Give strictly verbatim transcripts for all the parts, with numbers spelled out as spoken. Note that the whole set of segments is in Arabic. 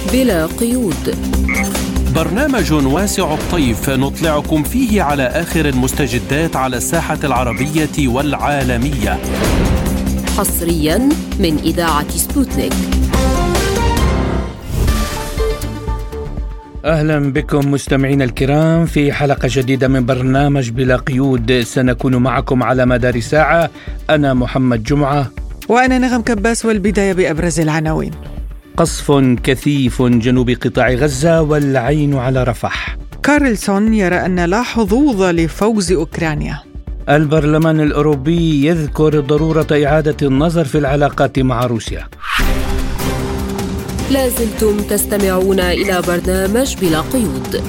بلا قيود، برنامج واسع الطيف نطلعكم فيه على آخر المستجدات على الساحة العربية والعالمية، حصريا من إذاعة سبوتنيك. أهلا بكم مستمعين الكرام في حلقة جديدة من برنامج بلا قيود. سنكون معكم على مدار ساعة. أنا محمد جمعة وأنا نغم كباس، والبداية بأبرز العناوين. قصف كثيف جنوب قطاع غزة والعين على رفح. كارلسون يرى أن لا حظوظ لفوز أوكرانيا. البرلمان الأوروبي يذكر ضرورة إعادة النظر في العلاقات مع روسيا. لازلتم تستمعون إلى برنامج بلا قيود.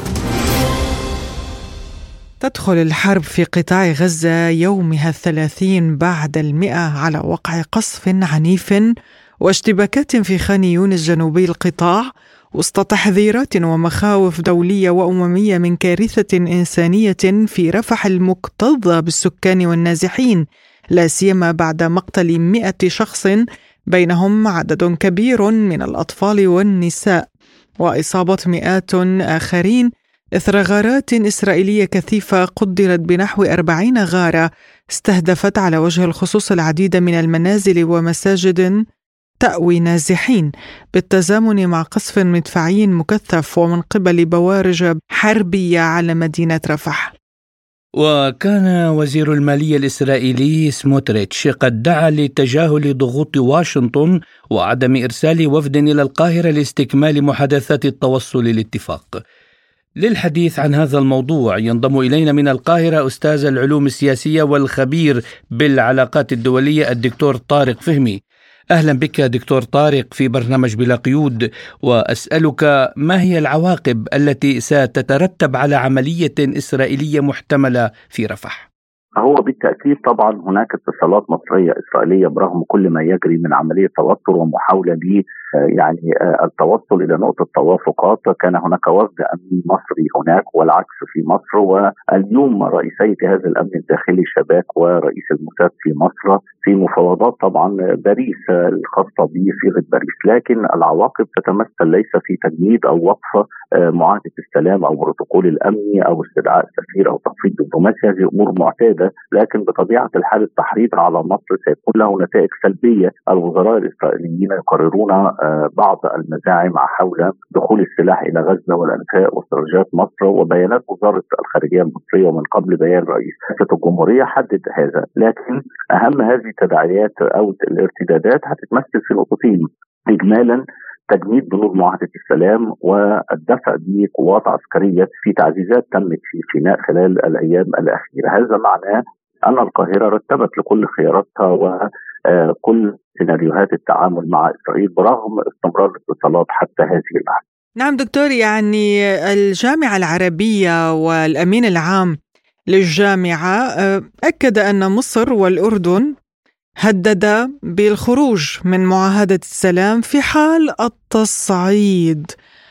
تدخل الحرب في قطاع غزة يومها الثلاثين بعد المئة على وقع قصف عنيف واشتباكات في خان يونس جنوبي القطاع، وسط تحذيرات ومخاوف دولية وأممية من كارثة إنسانية في رفح المكتظة بالسكان والنازحين، لا سيما بعد مقتل مئة شخص بينهم عدد كبير من الأطفال والنساء، وإصابة مئات آخرين إثر غارات إسرائيلية كثيفة قدرت بنحو أربعين غارة استهدفت على وجه الخصوص العديد من المنازل ومساجد تأوي نازحين، بالتزامن مع قصف مدفعي مكثف ومن قبل بوارج حربية على مدينة رفح. وكان وزير المالية الإسرائيلي سموتريتش قد دعا لتجاهل ضغوط واشنطن وعدم إرسال وفد إلى القاهرة لاستكمال محادثات التوصل للاتفاق. للحديث عن هذا الموضوع ينضم إلينا من القاهرة أستاذ العلوم السياسية والخبير بالعلاقات الدولية الدكتور طارق فهمي. أهلا بك دكتور طارق في برنامج بلا قيود، وأسألك ما هي العواقب التي ستترتب على عملية إسرائيلية محتملة في رفح؟ هو بالتأكيد طبعا هناك اتصالات مصرية إسرائيلية برغم كل ما يجري من عملية توتر ومحاولة ل يعني التوصل إلى نقطة توافقات. كان هناك وفد أمني مصري هناك والعكس في مصر، واليوم رئيسي جهاز الأمن الداخلي شباك ورئيس الموساد في مصر في مفاوضات طبعا باريس الخاصة بصيغة باريس، لكن العواقب تتمثل ليس في تجميد أو وقف معاهدة السلام أو بروتوكول الأمني أو استدعاء السفير أو تخفيض دبلوماسي، هذه أمور معتادة، لكن بطبيعة الحال التحريض على مصر سيكون له نتائج سلبية. الوزراء الإسرائيليين يقررون بعض المزاعم حول دخول السلاح إلى غزة والأنفاق واستراتيجيات مصر، وبيانات وزارة الخارجية المصرية ومن قبل بيان رئيس الجمهورية حدد هذا. لكن أهم هذه التداعيات أو الارتدادات هتتمثل في نقطتين: إجمالا تجميد بنود معاهدة السلام والدفع بقوات عسكرية في تعزيزات تمت في سيناء خلال الأيام الأخيرة. هذا معناه أن القاهرة رتبت لكل خياراتها وكل سيناريوهات التعامل مع إسرائيل برغم استمرار الاتصالات حتى هذه اللحظة. نعم دكتور، يعني الجامعة العربية والأمين العام للجامعة أكد أن مصر والأردن هددا بالخروج من معاهدة السلام في حال التصعيد.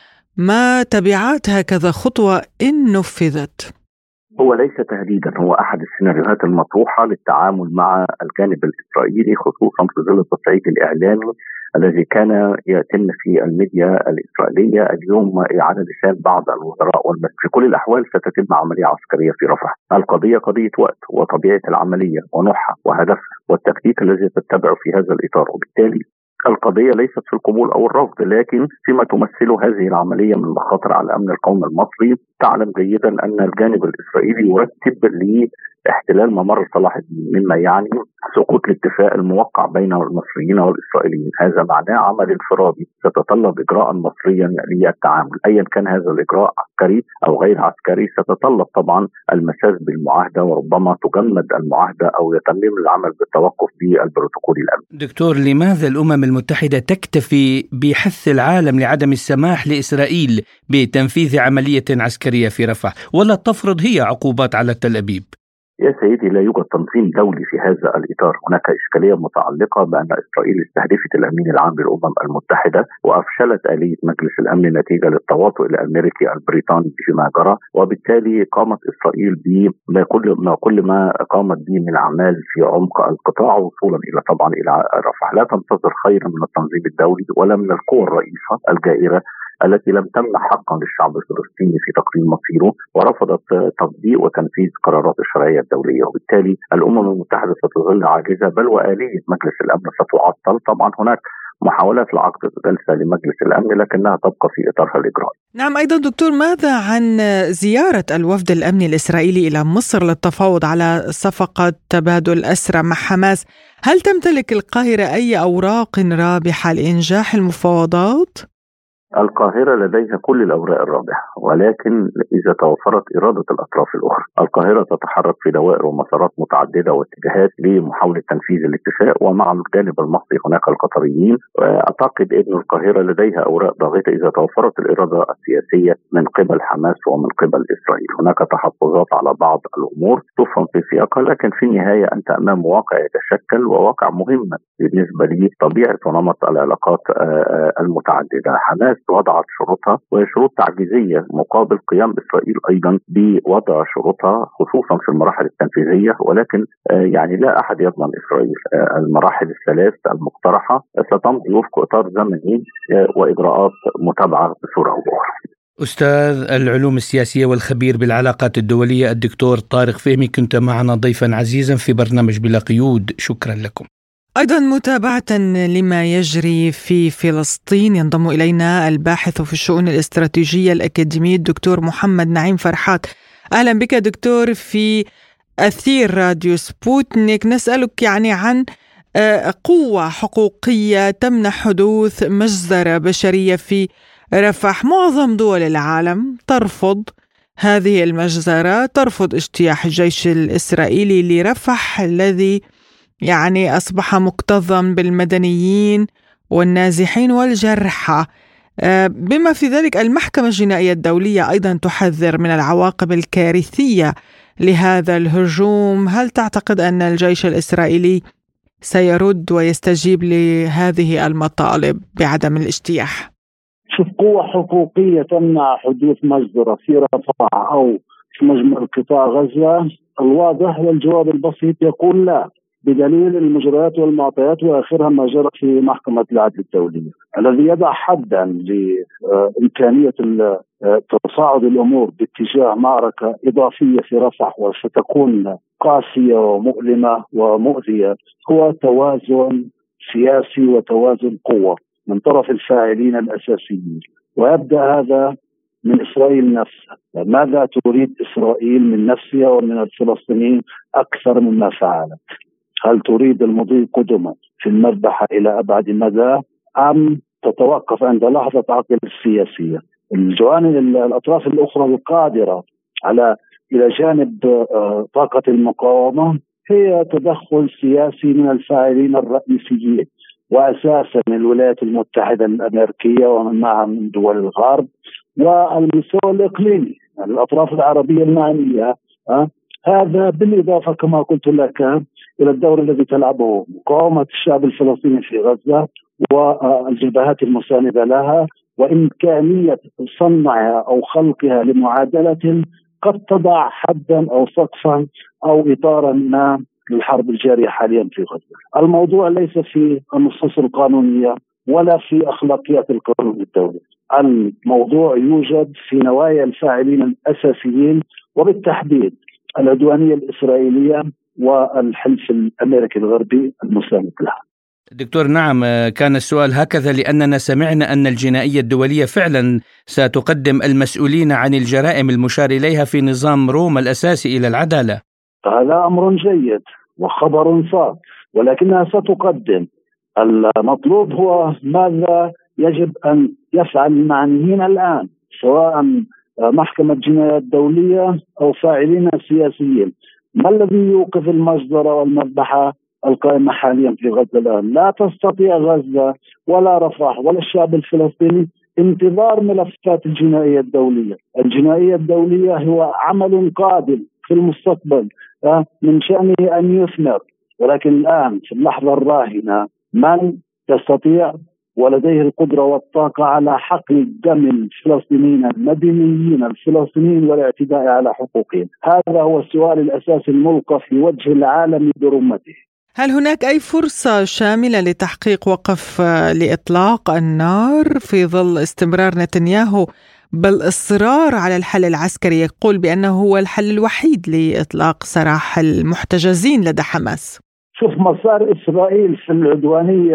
ما تبعات هكذا خطوة إن نفذت؟ هو ليس تهديدا، هو أحد السيناريوهات المطروحة للتعامل مع الجانب الإسرائيلي، خصوصا في ظل التصعيد الإعلامي الذي كان يتم في الميديا الإسرائيلية اليوم على لسان بعض الوزراء والمسؤولين. في كل الأحوال ستتم عملية عسكرية في رفح. القضية قضية وقت وطبيعة العملية ونوعها وهدفها والتكتيك الذي تتبعه في هذا الإطار، وبالتالي القضية ليست في القبول أو الرفض، لكن فيما تمثله هذه العملية من مخاطر على الأمن القومي المصري. تعلم جيدا أن الجانب الإسرائيلي يرتب لاحتلال ممر صلاح الدين، مما يعني سقوط الاتفاق الموقع بين المصريين والإسرائيليين. هذا معناه عمل انفرادي يتطلب إجراء مصريا للتعامل، أيا كان هذا الإجراء عسكري أو غير عسكري. ستتطلب طبعا المساس بالمعاهدة، وربما تجمد المعاهدة أو يتم العمل بالتوقف بالبروتوكول الأمني. دكتور، لماذا الأمم المتحدة تكتفي بحث العالم لعدم السماح لإسرائيل بتنفيذ عملية عسكرية في رفح، ولا تفرض هي عقوبات على تل أبيب؟ يا سيدي، لا يوجد تنظيم دولي في هذا الإطار. هناك إشكالية متعلقة بأن إسرائيل استهدفت الأمين العام للأمم المتحدة وأفشلت آلية مجلس الأمن نتيجة للتواطؤ الأمريكي البريطاني فيما جرى، وبالتالي قامت إسرائيل بما كل ما كل ما قامت به من أعمال في عمق القطاع وصولا إلى طبعا إلى رفح. لا تنتظر خيرا من التنظيم الدولي ولا من القوى الرئيسة الجائرة التي لم تمنح حقا للشعب الفلسطيني في تقرير مصيره، ورفضت تطبيق وتنفيذ قرارات الشرعية الدولية. وبالتالي الأمم المتحدة ستظل عاجزة، بل وآلية مجلس الأمن ستعطل. طبعا هناك محاولات لعقد جلسة لمجلس الأمن لكنها تبقى في إطارها الإجرائي. نعم، أيضا دكتور، ماذا عن زيارة الوفد الأمني الإسرائيلي إلى مصر للتفاوض على صفقة تبادل أسرى مع حماس؟ هل تمتلك القاهرة أي أوراق رابحة لإنجاح المفاوضات؟ القاهرة لديها كل الأوراق الرابحة، ولكن إذا توفرت إرادة الأطراف الأخرى. القاهرة تتحرك في دوائر ومسارات متعددة واتجاهات لمحاولة تنفيذ الاتفاق، ومع الجانب المصري هناك القطريين. أعتقد أن القاهرة لديها أوراق ضاغطة إذا توفرت الإرادة السياسية من قبل حماس ومن قبل إسرائيل. هناك تحفظات على بعض الأمور تفهم في سياقها، لكن في النهاية أنت أمام واقع يتشكل، وواقع مهم بالنسبة لطبيعة ونمط العلاقات المتعددة. حماس وضعت شروطها وهي شروط تعجيزية مقابل قيام إسرائيل أيضا بوضع شروطها، خصوصا في المراحل التنفيذية، ولكن يعني لا أحد يضمن إسرائيل. المراحل الثلاث المقترحة ستمضي وفق إطار زمني وإجراءات متابعة بصورة أو بأخرى. أستاذ العلوم السياسية والخبير بالعلاقات الدولية الدكتور طارق فهمي، كنت معنا ضيفا عزيزا في برنامج بلا قيود، شكرا لكم. أيضا متابعة لما يجري في فلسطين ينضم إلينا الباحث في الشؤون الاستراتيجية الأكاديمي الدكتور محمد نعيم فرحات. أهلا بك دكتور في أثير راديو سبوتنيك. نسألك يعني عن قوة حقوقية تمنع حدوث مجزرة بشرية في رفح. معظم دول العالم ترفض هذه المجزرة، ترفض اجتياح الجيش الإسرائيلي لرفح الذي يعني أصبح مكتظا بالمدنيين والنازحين والجرحى، بما في ذلك المحكمة الجنائية الدولية أيضا تحذر من العواقب الكارثية لهذا الهجوم. هل تعتقد أن الجيش الإسرائيلي سيرد ويستجيب لهذه المطالب بعدم الاجتياح؟ شوف، قوة حقوقية تمنع حدوث مجزرة في رفح أو في مجمع قطاع غزة؟ الواضح والجواب البسيط يقول لا، بدليل المجريات والمعطيات وآخرها ما جرى في محكمة العدل الدولية، الذي يضع حدا لإمكانية تصاعد الأمور باتجاه معركة إضافية في رفح وستكون قاسية ومؤلمة ومؤذية، هو توازن سياسي وتوازن قوة من طرف الفاعلين الأساسيين. ويبدأ هذا من إسرائيل نفسها. ماذا تريد إسرائيل من نفسها ومن الفلسطينيين أكثر مما فعلت؟ هل تريد المضي قدما في المذبحة إلى أبعد مدى، أم تتوقف عند لحظة عقل السياسية؟ الجوانب الأطراف الأخرى القادرة على إلى جانب طاقة المقاومة هي تدخل سياسي من الفاعلين الرئيسيين، وأساسا من الولايات المتحدة الأمريكية ومن معها من دول الغرب، والمستوى الإقليمي الأطراف العربية المعنية. هذا بالإضافة كما قلت لك إلى الدور الذي تلعبه مقاومة الشعب الفلسطيني في غزة والجبهات المساندة لها، وإمكانية صنعها أو خلقها لمعادلة قد تضع حدا أو سقفا أو إطارا ما للحرب الجارية حاليا في غزة. الموضوع ليس في النصوص القانونية ولا في أخلاقيات القانون الدولي، الموضوع يوجد في نوايا الفاعلين الأساسيين، وبالتحديد العدوانية الإسرائيلية والحلف الأمريكي الغربي المساند لها. دكتور، نعم، كان السؤال هكذا لأننا سمعنا أن الجنائية الدولية فعلا ستقدم المسؤولين عن الجرائم المشار إليها في نظام روما الأساسي إلى العدالة. هذا أمر جيد وخبر صار، ولكنها ستقدم. المطلوب هو ماذا يجب أن يفعل المعنيين الآن، سواء محكمة الجناية الدولية أو فاعلين سياسيين. ما الذي يوقف المجزرة والمذبحة القائمة حاليا في غزة الآن؟ لا تستطيع غزة ولا رفح ولا الشعب الفلسطيني انتظار ملفات الجنائية الدولية. الجنائية الدولية هو عمل قادم في المستقبل من شأنه أن يثمر، ولكن الآن في اللحظة الراهنة من يستطيع ولديه القدرة والطاقة على حقن دم الفلسطينيين المدنيين الفلسطينيين والاعتداء على حقوقهم؟ هذا هو السؤال الأساسي الملقى في وجه العالم برمته. هل هناك أي فرصة شاملة لتحقيق وقف لإطلاق النار في ظل استمرار نتنياهو بالإصرار على الحل العسكري، يقول بأنه هو الحل الوحيد لإطلاق سراح المحتجزين لدى حماس؟ شوف، مسار إسرائيل في العدوانية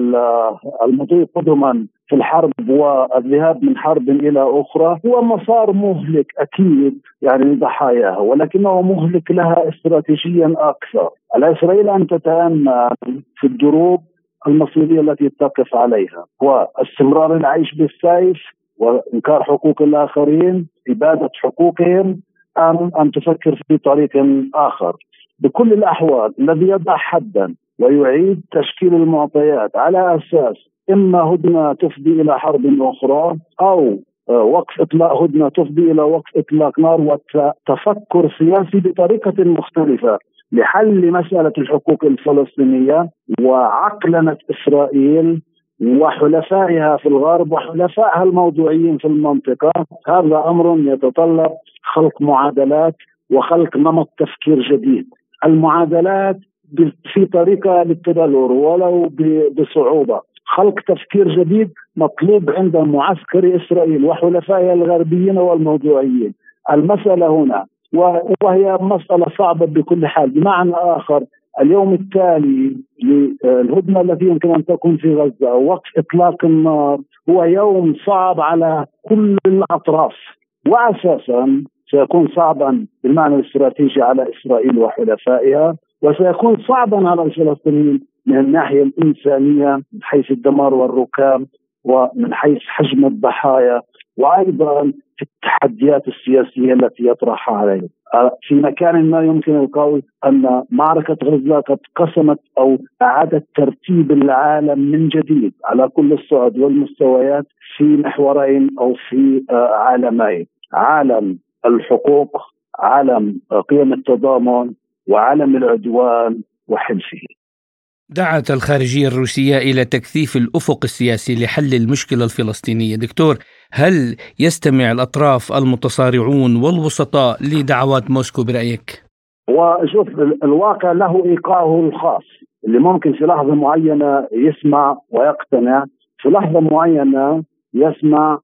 والمضي قدما في الحرب والذهاب من حرب إلى أخرى هو مسار مهلك أكيد يعني لضحاياها، ولكنه مهلك لها استراتيجيا أكثر. على إسرائيل أن تتأمل في الدروب المصيرية التي تقف عليها، واستمرار العيش بالسيف وإنكار حقوق الآخرين، إبادة حقوقهم، أم أن تفكر في طريق آخر. بكل الأحوال الذي يضع حدا ويعيد تشكيل المعطيات على أساس إما هدنة تفضي إلى حرب أخرى أو وقف إطلاق هدنة تفضي إلى وقف إطلاق نار وتفكر سياسي بطريقة مختلفة لحل مسألة الحقوق الفلسطينية وعقلنة إسرائيل وحلفائها في الغرب وحلفائها الموضوعيين في المنطقة، هذا أمر يتطلب خلق معادلات وخلق نمط تفكير جديد. المعادلات في طريقة للتدلور ولو بصعوبة. خلق تفكير جديد مطلوب عند معسكر إسرائيل وحلفائها الغربيين والموضوعيين. المسألة هنا وهي مسألة صعبة بكل حال. بمعنى آخر، اليوم التالي للهدنة التي يمكن أن تكون في غزة أو وقف إطلاق النار هو يوم صعب على كل الأطراف، وأساسا سيكون صعبا بالمعنى الاستراتيجي على إسرائيل وحلفائها، وسيكون صعبا على الفلسطينيين من الناحية الإنسانية من حيث الدمار والركام ومن حيث حجم الضحايا، وأيضا في التحديات السياسية التي يطرحها عليهم. في مكان ما يمكن القول أن معركة غزة قد قسمت أو أعادت ترتيب العالم من جديد على كل الصعد والمستويات في محورين أو في عالمين: عالم الحقوق، عالم قيم التضامن، وعالم العدوان وحلفه. دعت الخارجية الروسية إلى تكثيف الأفق السياسي لحل المشكلة الفلسطينية. دكتور، هل يستمع الأطراف المتصارعون والوسطاء لدعوات موسكو برأيك؟ وشوف، الواقع له إيقاعه الخاص اللي ممكن في لحظة معينة يسمع ويقتنع، في لحظة معينة يسمع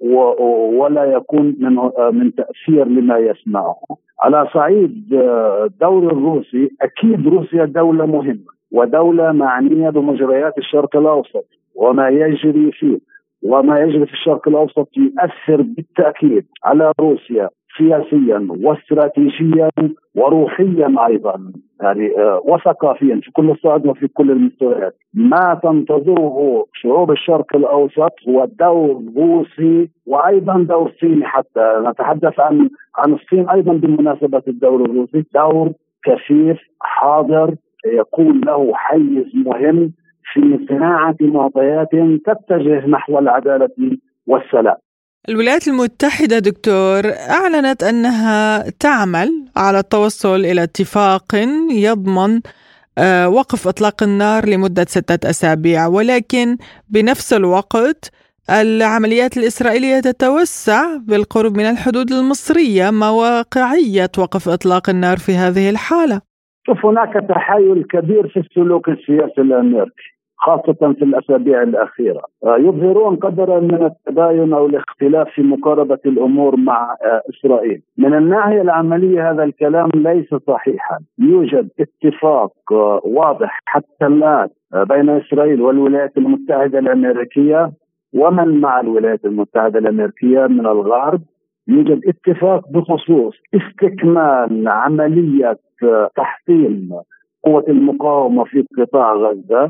ولا يكون من من تأثير لما يسمعه. على صعيد الدور الروسي، أكيد روسيا دولة مهمة ودولة معنية بمجريات الشرق الأوسط وما يجري فيه، وما يجري في الشرق الأوسط يؤثر بالتأكيد على روسيا سياسيا واستراتيجيا وروحيا أيضا، يعني وثقافيا في كل الصعد وفي كل المستويات. ما تنتظره شعوب الشرق الأوسط هو دور روسي وأيضا دور صيني، حتى نتحدث عن عن الصين أيضا بمناسبة الدور الروسي، دور كثيف حاضر يكون له حيز مهم في صناعة معطيات تتجه نحو العدالة والسلام. الولايات المتحدة دكتور أعلنت أنها تعمل على التوصل إلى اتفاق يضمن وقف إطلاق النار لمدة ستة أسابيع، ولكن بنفس الوقت العمليات الإسرائيلية تتوسع بالقرب من الحدود المصرية. ما واقعية وقف إطلاق النار في هذه الحالة؟ شوف، هناك تحايل كبير في السلوك السياسي الأمريكي خاصة في الأسابيع الأخيرة. يظهرون قدرا من التباين أو الاختلاف في مقاربة الأمور مع إسرائيل. من الناحية العملية هذا الكلام ليس صحيحا. يوجد اتفاق واضح حتى الآن بين إسرائيل والولايات المتحدة الأمريكية ومن مع الولايات المتحدة الأمريكية من الغرب. يوجد اتفاق بخصوص استكمال عملية تحطيم قوة المقاومة في قطاع غزة،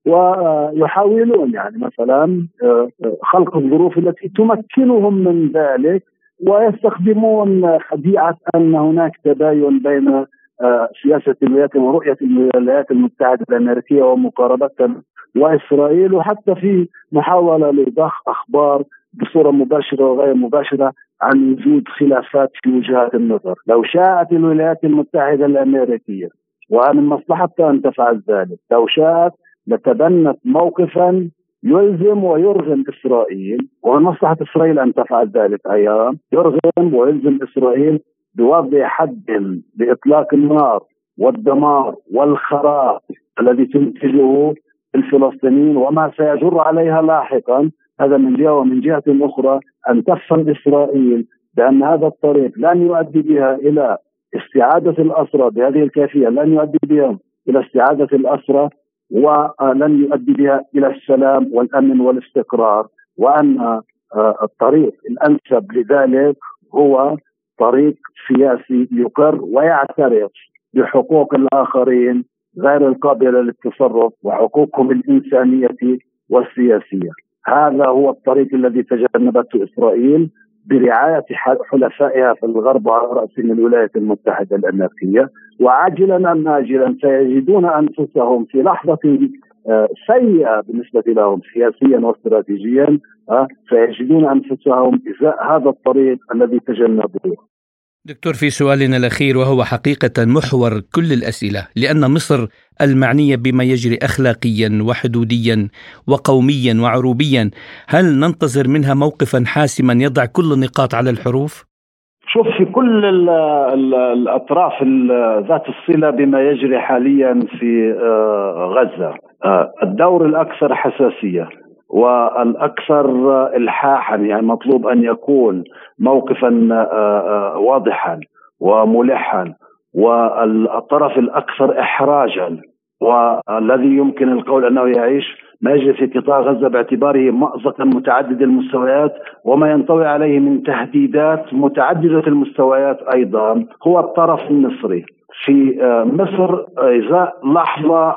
ويحاولون يعني مثلا خلق الظروف التي تمكنهم من ذلك، ويستخدمون خديعة أن هناك تباين بين سياسة الولايات ورؤية الولايات المتحدة الأمريكية ومقاربتها وإسرائيل، وحتى في محاولة لضخ أخبار بصورة مباشرة وغير مباشرة عن وجود خلافات في وجهات النظر. لو شاءت الولايات المتحدة الأمريكية ومن مصلحتها أن تفعل ذلك، لو شاءت لتبنت موقفا يلزم ويرغم إسرائيل، ومن مصلحة إسرائيل أن تفعل ذلك أيضا، يرغم ويلزم إسرائيل بوضع حد لإطلاق النار والدمار والخراب الذي تنتجه الفلسطينيين وما سيجر عليها لاحقا. هذا من جهة، ومن جهة أخرى أن تفهم إسرائيل بأن هذا الطريق لن يؤدي بها إلى استعادة الأسرى بهذه الكيفية، لن يؤدي بها إلى استعادة الأسرى، ولن يؤدي بها إلى السلام والأمن والاستقرار، وأن الطريق الأنسب لذلك هو طريق سياسي يقر ويعترف بحقوق الآخرين غير القابلة للتصرف وحقوقهم الإنسانية والسياسية. هذا هو الطريق الذي تجنبته إسرائيل برعاية حلفائها في الغرب على رأسهم الولايات المتحدة الأمريكية. وعاجلا أم آجلا سيجدون أنفسهم في لحظة سيئة بالنسبة لهم سياسيا واستراتيجيا، سيجدون أنفسهم إزاء هذا الطريق الذي تجنبوه. دكتور، في سؤالنا الأخير وهو حقيقة محور كل الأسئلة، لأن مصر المعنية بما يجري أخلاقيا وحدوديا وقوميا وعروبيا، هل ننتظر منها موقفا حاسما يضع كل النقاط على الحروف؟ شوف، في كل ال ال الأطراف ذات الصلة بما يجري حاليا في غزة، الدور الأكثر حساسية والأكثر إلحاحا، يعني مطلوب أن يكون موقفا واضحا وملحا، والطرف الأكثر إحراجا والذي يمكن القول أنه يعيش ما يجري في قطاع غزة باعتباره مأزقا متعدد المستويات وما ينطوي عليه من تهديدات متعددة المستويات أيضا هو الطرف المصري. في مصر إذا لحظة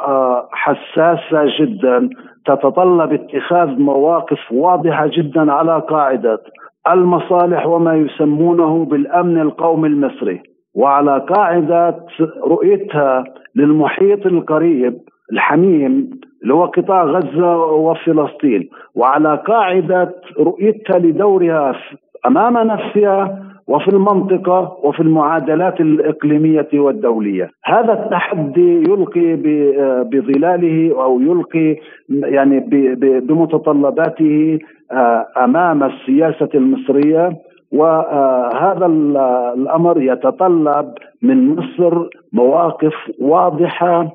حساسة جدا تتطلب اتخاذ مواقف واضحة جدا على قاعدة المصالح وما يسمونه بالأمن القومي المصري، وعلى قاعدة رؤيتها للمحيط القريب الحميم اللي هو قطاع غزة وفلسطين، وعلى قاعدة رؤيتها لدورها أمام نفسها وفي المنطقة وفي المعادلات الإقليمية والدولية. هذا التحدي يلقي بظلاله أو يلقي يعني بمتطلباته أمام السياسة المصرية، وهذا الأمر يتطلب من مصر مواقف واضحة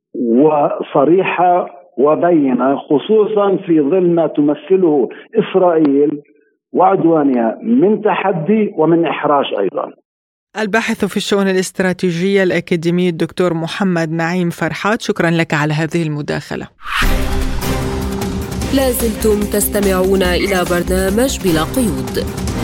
وصريحة وبينة، خصوصا في ظل ما تمثله إسرائيل وعدوانها من تحدي ومن إحراج أيضا. الباحث في الشؤون الاستراتيجية الأكاديمي الدكتور محمد نعيم فرحات، شكرا لك على هذه المداخلة. لازلتم تستمعون إلى برنامج بلا قيود.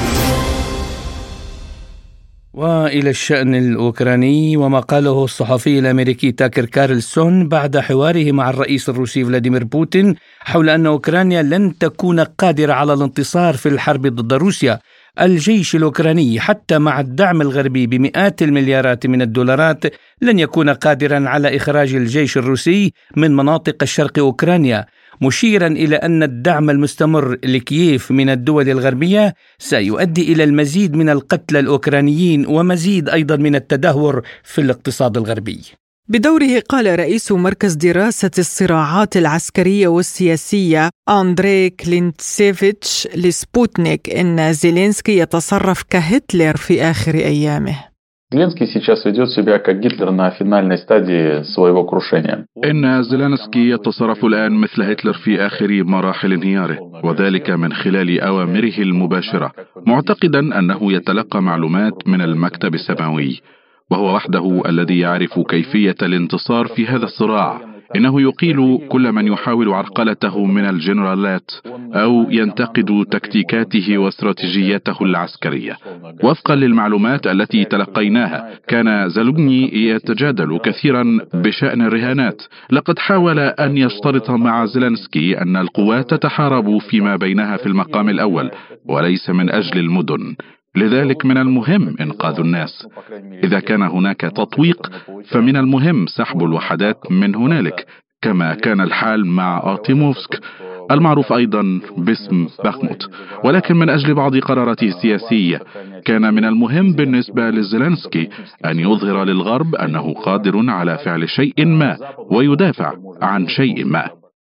وإلى الشأن الأوكراني وما قاله الصحفي الأمريكي تاكر كارلسون بعد حواره مع الرئيس الروسي فلاديمير بوتين حول أن أوكرانيا لن تكون قادرة على الانتصار في الحرب ضد روسيا. الجيش الأوكراني حتى مع الدعم الغربي بمئات المليارات من الدولارات لن يكون قادرا على إخراج الجيش الروسي من مناطق الشرق أوكرانيا، مشيرا إلى أن الدعم المستمر لكييف من الدول الغربية سيؤدي إلى المزيد من القتلى الأوكرانيين ومزيد أيضا من التدهور في الاقتصاد الغربي. بدوره قال رئيس مركز دراسة الصراعات العسكرية والسياسية أندري كلينتسيفيتش لسبوتنيك إن زيلينسكي يتصرف كهتلر في آخر أيامه. Зеленский сейчас ведет себя как Гитлер на финальной стадии своего крушения. إن زيلينسكي يتصرف الآن مثل هتلر في آخر مراحل انهياره، وذلك من خلال أوامره المباشرة، معتقدا أنه يتلقى معلومات من المكتب السماوي، وهو وحده الذي يعرف كيفية الانتصار في هذا الصراع. إنه يقيل كل من يحاول عرقلته من الجنرالات أو ينتقد تكتيكاته واستراتيجيته العسكرية. وفقا للمعلومات التي تلقيناها، كان زالوغني يتجادل كثيرا بشأن الرهانات. لقد حاول أن يشترط مع زيلينسكي أن القوات تتحارب فيما بينها في المقام الأول وليس من أجل المدن، لذلك من المهم إنقاذ الناس. إذا كان هناك تطويق فمن المهم سحب الوحدات من هنالك، كما كان الحال مع أرتيموفسك المعروف أيضا باسم باخموت. ولكن من أجل بعض قراراته السياسية كان من المهم بالنسبة لزيلينسكي أن يظهر للغرب أنه قادر على فعل شيء ما ويدافع عن شيء ما.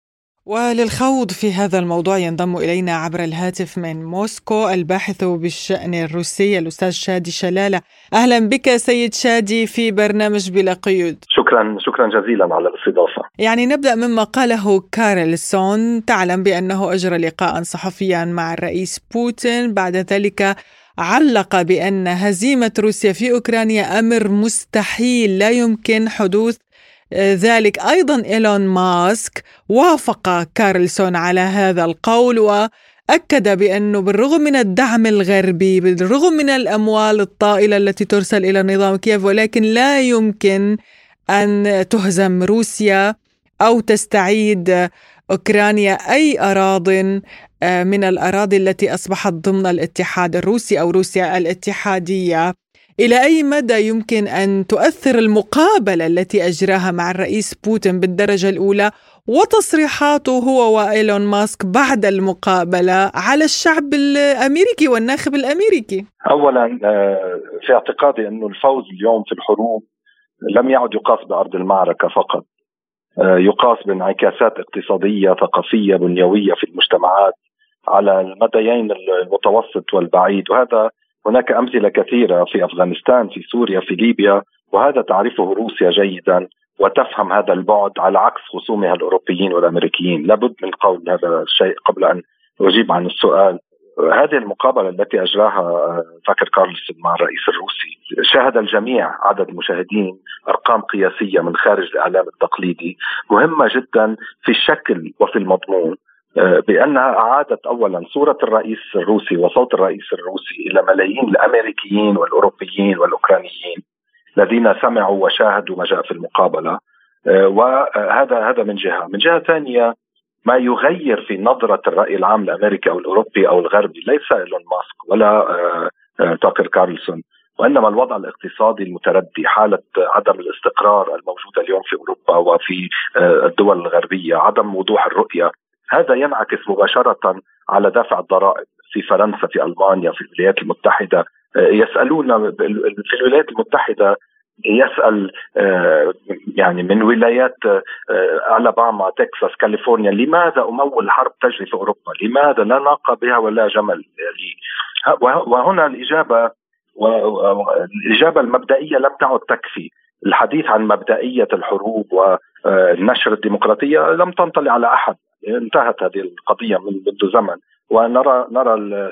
وللخوض في هذا الموضوع ينضم إلينا عبر الهاتف من موسكو الباحث بالشأن الروسي الأستاذ شادي شلالة. أهلا بك سيد شادي في برنامج بلا قيود. شكرا شكرا جزيلا على الاستضافة. يعني نبدأ مما قاله كارلسون. تعلم بأنه أجرى لقاء صحفيا مع الرئيس بوتين، بعد ذلك علق بأن هزيمة روسيا في أوكرانيا أمر مستحيل لا يمكن حدوث ذلك. أيضا إيلون ماسك وافق كارلسون على هذا القول وأكد بأنه بالرغم من الدعم الغربي، بالرغم من الأموال الطائلة التي ترسل إلى نظام كييف، ولكن لا يمكن أن تهزم روسيا أو تستعيد أوكرانيا أي أراضٍ من الأراضي التي أصبحت ضمن الاتحاد الروسي أو روسيا الاتحادية. إلى أي مدى يمكن أن تؤثر المقابلة التي أجراها مع الرئيس بوتين بالدرجة الأولى وتصريحاته هو وإيلون ماسك بعد المقابلة على الشعب الأمريكي والناخب الأمريكي؟ أولا في اعتقادي أن الفوز اليوم في الحروب لم يعد يقاس بأرض المعركة فقط، يقاس بانعكاسات اقتصادية ثقافية بنيوية في المجتمعات على المديين المتوسط والبعيد. وهذا هناك أمثلة كثيرة في أفغانستان، في سوريا، في ليبيا، وهذا تعرفه روسيا جيدا وتفهم هذا البعد على عكس خصومها الأوروبيين والأمريكيين. لابد من قول هذا الشيء قبل أن أجيب عن السؤال. هذه المقابلة التي أجراها فاكر كارلسون مع الرئيس الروسي شاهد الجميع، عدد المشاهدين، أرقام قياسية من خارج الإعلام التقليدي، مهمة جدا في الشكل وفي المضمون، بأنها أعادت أولا صورة الرئيس الروسي وصوت الرئيس الروسي إلى ملايين الأمريكيين والأوروبيين والأوكرانيين الذين سمعوا وشاهدوا ما جاء في المقابلة. وهذا هذا من جهة. من جهة ثانية ما يغير في نظرة الرأي العام الأمريكي أو الأوروبي أو الغربي ليس إيلون ماسك ولا تاكر كارلسون، وإنما الوضع الاقتصادي المتردي، حالة عدم الاستقرار الموجودة اليوم في أوروبا وفي الدول الغربية، عدم وضوح الرؤية. هذا ينعكس مباشرة على دفع الضرائب في فرنسا، في ألمانيا، في الولايات المتحدة. يسألون في الولايات المتحدة، يسأل يعني من ولايات ألاباما، تكساس، كاليفورنيا، لماذا أمول حرب تجري في أوروبا؟ لماذا لا ناقة بها ولا جمل لي؟ وهنا الإجابة والإجابة المبدئية لم تعد تكفي. الحديث عن مبدئية الحروب ونشر الديمقراطية لم تنطلي على أحد. انتهت هذه القضية منذ زمن، ونرى نرى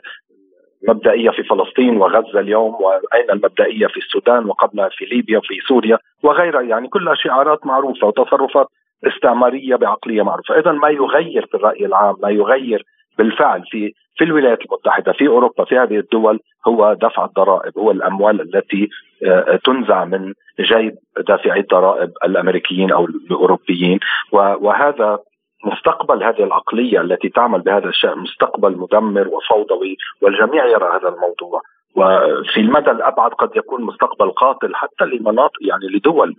المبدئية في فلسطين وغزة اليوم، وأين المبدئية في السودان وقبلها في ليبيا وفي سوريا وغيرها. يعني كلها شعارات معروفة وتصرفات استعمارية بعقلية معروفة. إذن ما يغير في الرأي العام، ما يغير بالفعل في في الولايات المتحدة، في أوروبا، في هذه الدول، هو دفع الضرائب، هو الأموال التي تنزع من جيب دافعي الضرائب الأمريكيين أو الأوروبيين. وهذا مستقبل هذه العقلية التي تعمل بهذا الشأن مستقبل مدمر وفوضوي، والجميع يرى هذا الموضوع. وفي المدى الأبعد قد يكون مستقبل قاتل حتى لمناطق، يعني لدول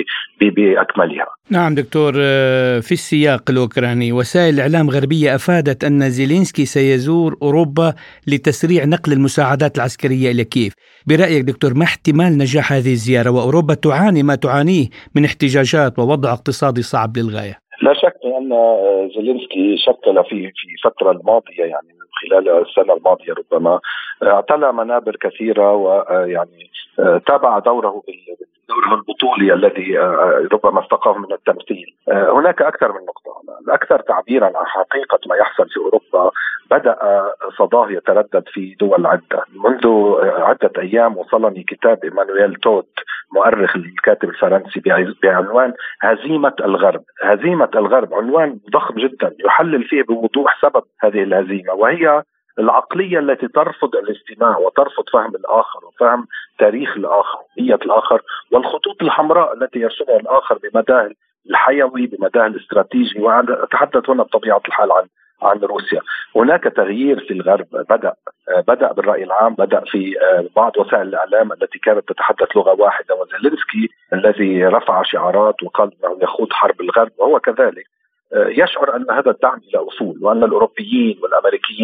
بأكملها. نعم دكتور، في السياق الأوكراني وسائل إعلام غربية أفادت أن زيلينسكي سيزور أوروبا لتسريع نقل المساعدات العسكرية إلى كييف. برأيك دكتور، ما احتمال نجاح هذه الزيارة وأوروبا تعاني ما تعانيه من احتجاجات ووضع اقتصادي صعب للغاية؟ لا شك أن زيلينسكي شكل في في فترة الماضية، يعني من خلال السنة الماضية ربما، اعتلى منابر كثيرة، ويعني تابع دوره دوره البطولي الذي ربما استقاه من التمثيل. هناك أكثر من نقطة. الأكثر تعبيرا عن حقيقة ما يحصل في أوروبا، بدأ صداه يتردد في دول عدة. منذ عدة أيام وصلني كتاب إيمانويل تود، مؤرخ الكاتب الفرنسي، بعنوان هزيمة الغرب. هزيمة الغرب عنوان ضخم جدا يحلل فيه بوضوح سبب هذه الهزيمة، وهي العقلية التي ترفض الاستماع وترفض فهم الآخر وفهم تاريخ الآخر، هوية الآخر، والخطوط الحمراء التي يرسمها الآخر بمداه الحيوي، بمداه الاستراتيجي. وأتحدث هنا بطبيعة الحال عن عن روسيا. هناك تغيير في الغرب بدأ بدأ بالرأي العام، بدأ في بعض وسائل الإعلام التي كانت تتحدث لغة واحدة. وزيلينسكي الذي رفع شعارات وقال أنه يخوض حرب الغرب، وهو كذلك يشعر أن هذا الدعم له أصول، وأن الأوروبيين والأمريكيين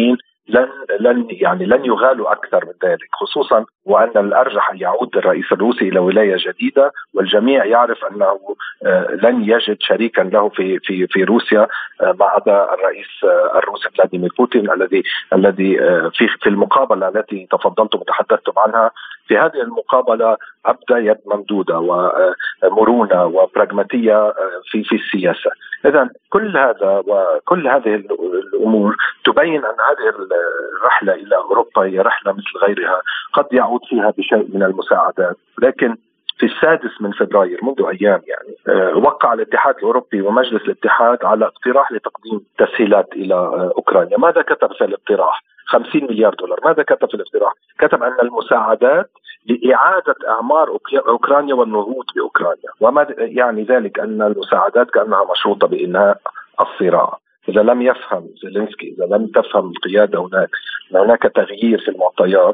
لن لن يعني لن يغالوا اكثر من ذلك، خصوصا وان الارجح ان يعود الرئيس الروسي الى ولايه جديده، والجميع يعرف انه لن يجد شريكا له في في في روسيا ما عدا الرئيس الروسي فلاديمير بوتين الذي الذي في في المقابله التي تفضلتم وتحدثتم عنها. في هذه المقابله ابدى يد ممدوده ومرونه وبراغماتيه في في السياسه. اذا كل هذا وكل هذه الامور تبين ان هذه الرحله الى اوروبا هي رحله مثل غيرها، قد يعود فيها بشيء من المساعدات، لكن في السادس من فبراير منذ أيام يعني وقع الاتحاد الأوروبي ومجلس الاتحاد على اقتراح لتقديم تسهيلات إلى أوكرانيا. ماذا كتب في الاقتراح؟ خمسين مليار دولار. ماذا كتب في الاقتراح؟ كتب أن المساعدات لإعادة إعمار أوكرانيا والنهوض بأوكرانيا، وما يعني ذلك أن المساعدات كأنها مشروطة بإنهاء الصراع. إذا لم يفهم زيلينسكي، إذا لم تفهم القيادة هناك هناك تغيير في المعطيات،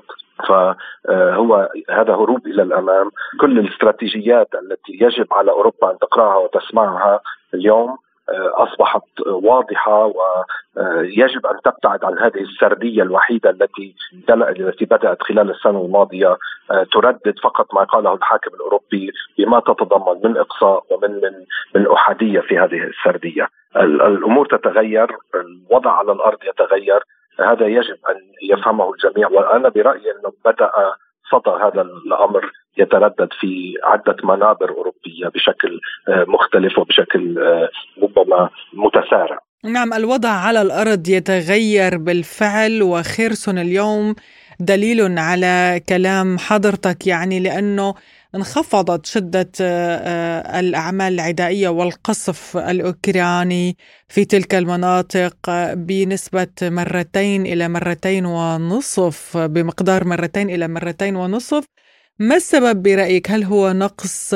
فهو هذا هروب إلى الأمام. كل الاستراتيجيات التي يجب على أوروبا أن تقرأها وتسمعها اليوم أصبحت واضحة، ويجب أن تبتعد عن هذه السردية الوحيدة التي التي بدأت خلال السنة الماضية تردد فقط ما قاله الحاكم الأوروبي بما تتضمن من إقصاء ومن من من أحادية في هذه السردية. الأمور تتغير، الوضع على الأرض يتغير، هذا يجب أن يفهمه الجميع. وأنا برأيي أنه بدأ صدى هذا الأمر يتردد في عدة منابر أوروبية بشكل مختلف وبشكل ربما متسارع. نعم، الوضع على الأرض يتغير بالفعل، وخيرسون اليوم دليل على كلام حضرتك، يعني لأنه انخفضت شدة الأعمال العدائية والقصف الأوكراني في تلك المناطق بنسبة مرتين إلى مرتين ونصف، بمقدار مرتين إلى مرتين ونصف. ما السبب برأيك؟ هل هو نقص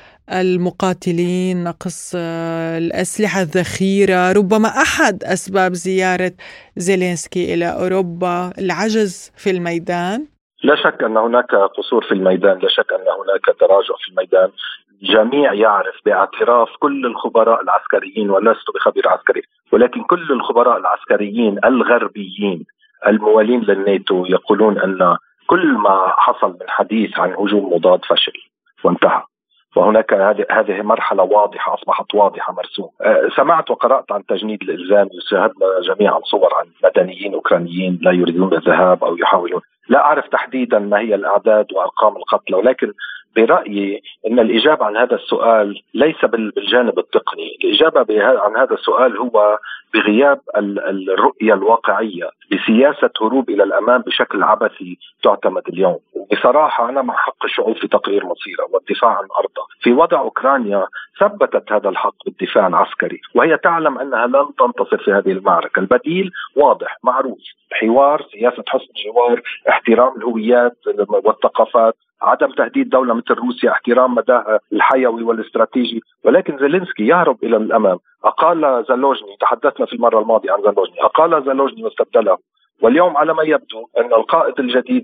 المقاتلين، نقص الأسلحة الذخيرة؟ ربما أحد أسباب زيارة زيلينسكي إلى أوروبا العجز في الميدان؟ لا شك أن هناك قصور في الميدان، لا شك أن هناك تراجع في الميدان. الجميع يعرف باعتراف كل الخبراء العسكريين، ولست بخبير عسكري، ولكن كل الخبراء العسكريين الغربيين الموالين للناتو يقولون أن كل ما حصل من حديث عن هجوم مضاد فشل وانتهى. وهناك هذه مرحلة واضحة، أصبحت واضحة مرسوم. سمعت وقرأت عن تجنيد الإلزام، يشاهدنا جميعا صور عن مدنيين أوكرانيين لا يريدون الذهاب أو يحاولون. لا أعرف تحديدا ما هي الأعداد وأرقام القتلى، ولكن برأيي أن الإجابة عن هذا السؤال ليس بالجانب التقني. الإجابة عن هذا السؤال هو بغياب الرؤية الواقعية بسياسة هروب إلى الأمام بشكل عبثي تعتمد اليوم. بصراحة أنا مع حق الشعوب في تقرير مصيرها والدفاع عن أرضها. في وضع أوكرانيا ثبتت هذا الحق بالدفاع العسكري، وهي تعلم أنها لن تنتصر في هذه المعركة. البديل واضح معروف: حوار، سياسة حسن الجوار، احترام الهويات والثقافات، عدم تهديد دولة مثل روسيا، احترام مداها الحيوي والاستراتيجي. ولكن زيلينسكي يهرب إلى الأمام. أقال زالوجني، تحدثنا في المرة الماضية عن زالوجني، أقال زالوجني واستبدله. واليوم على ما يبدو أن القائد الجديد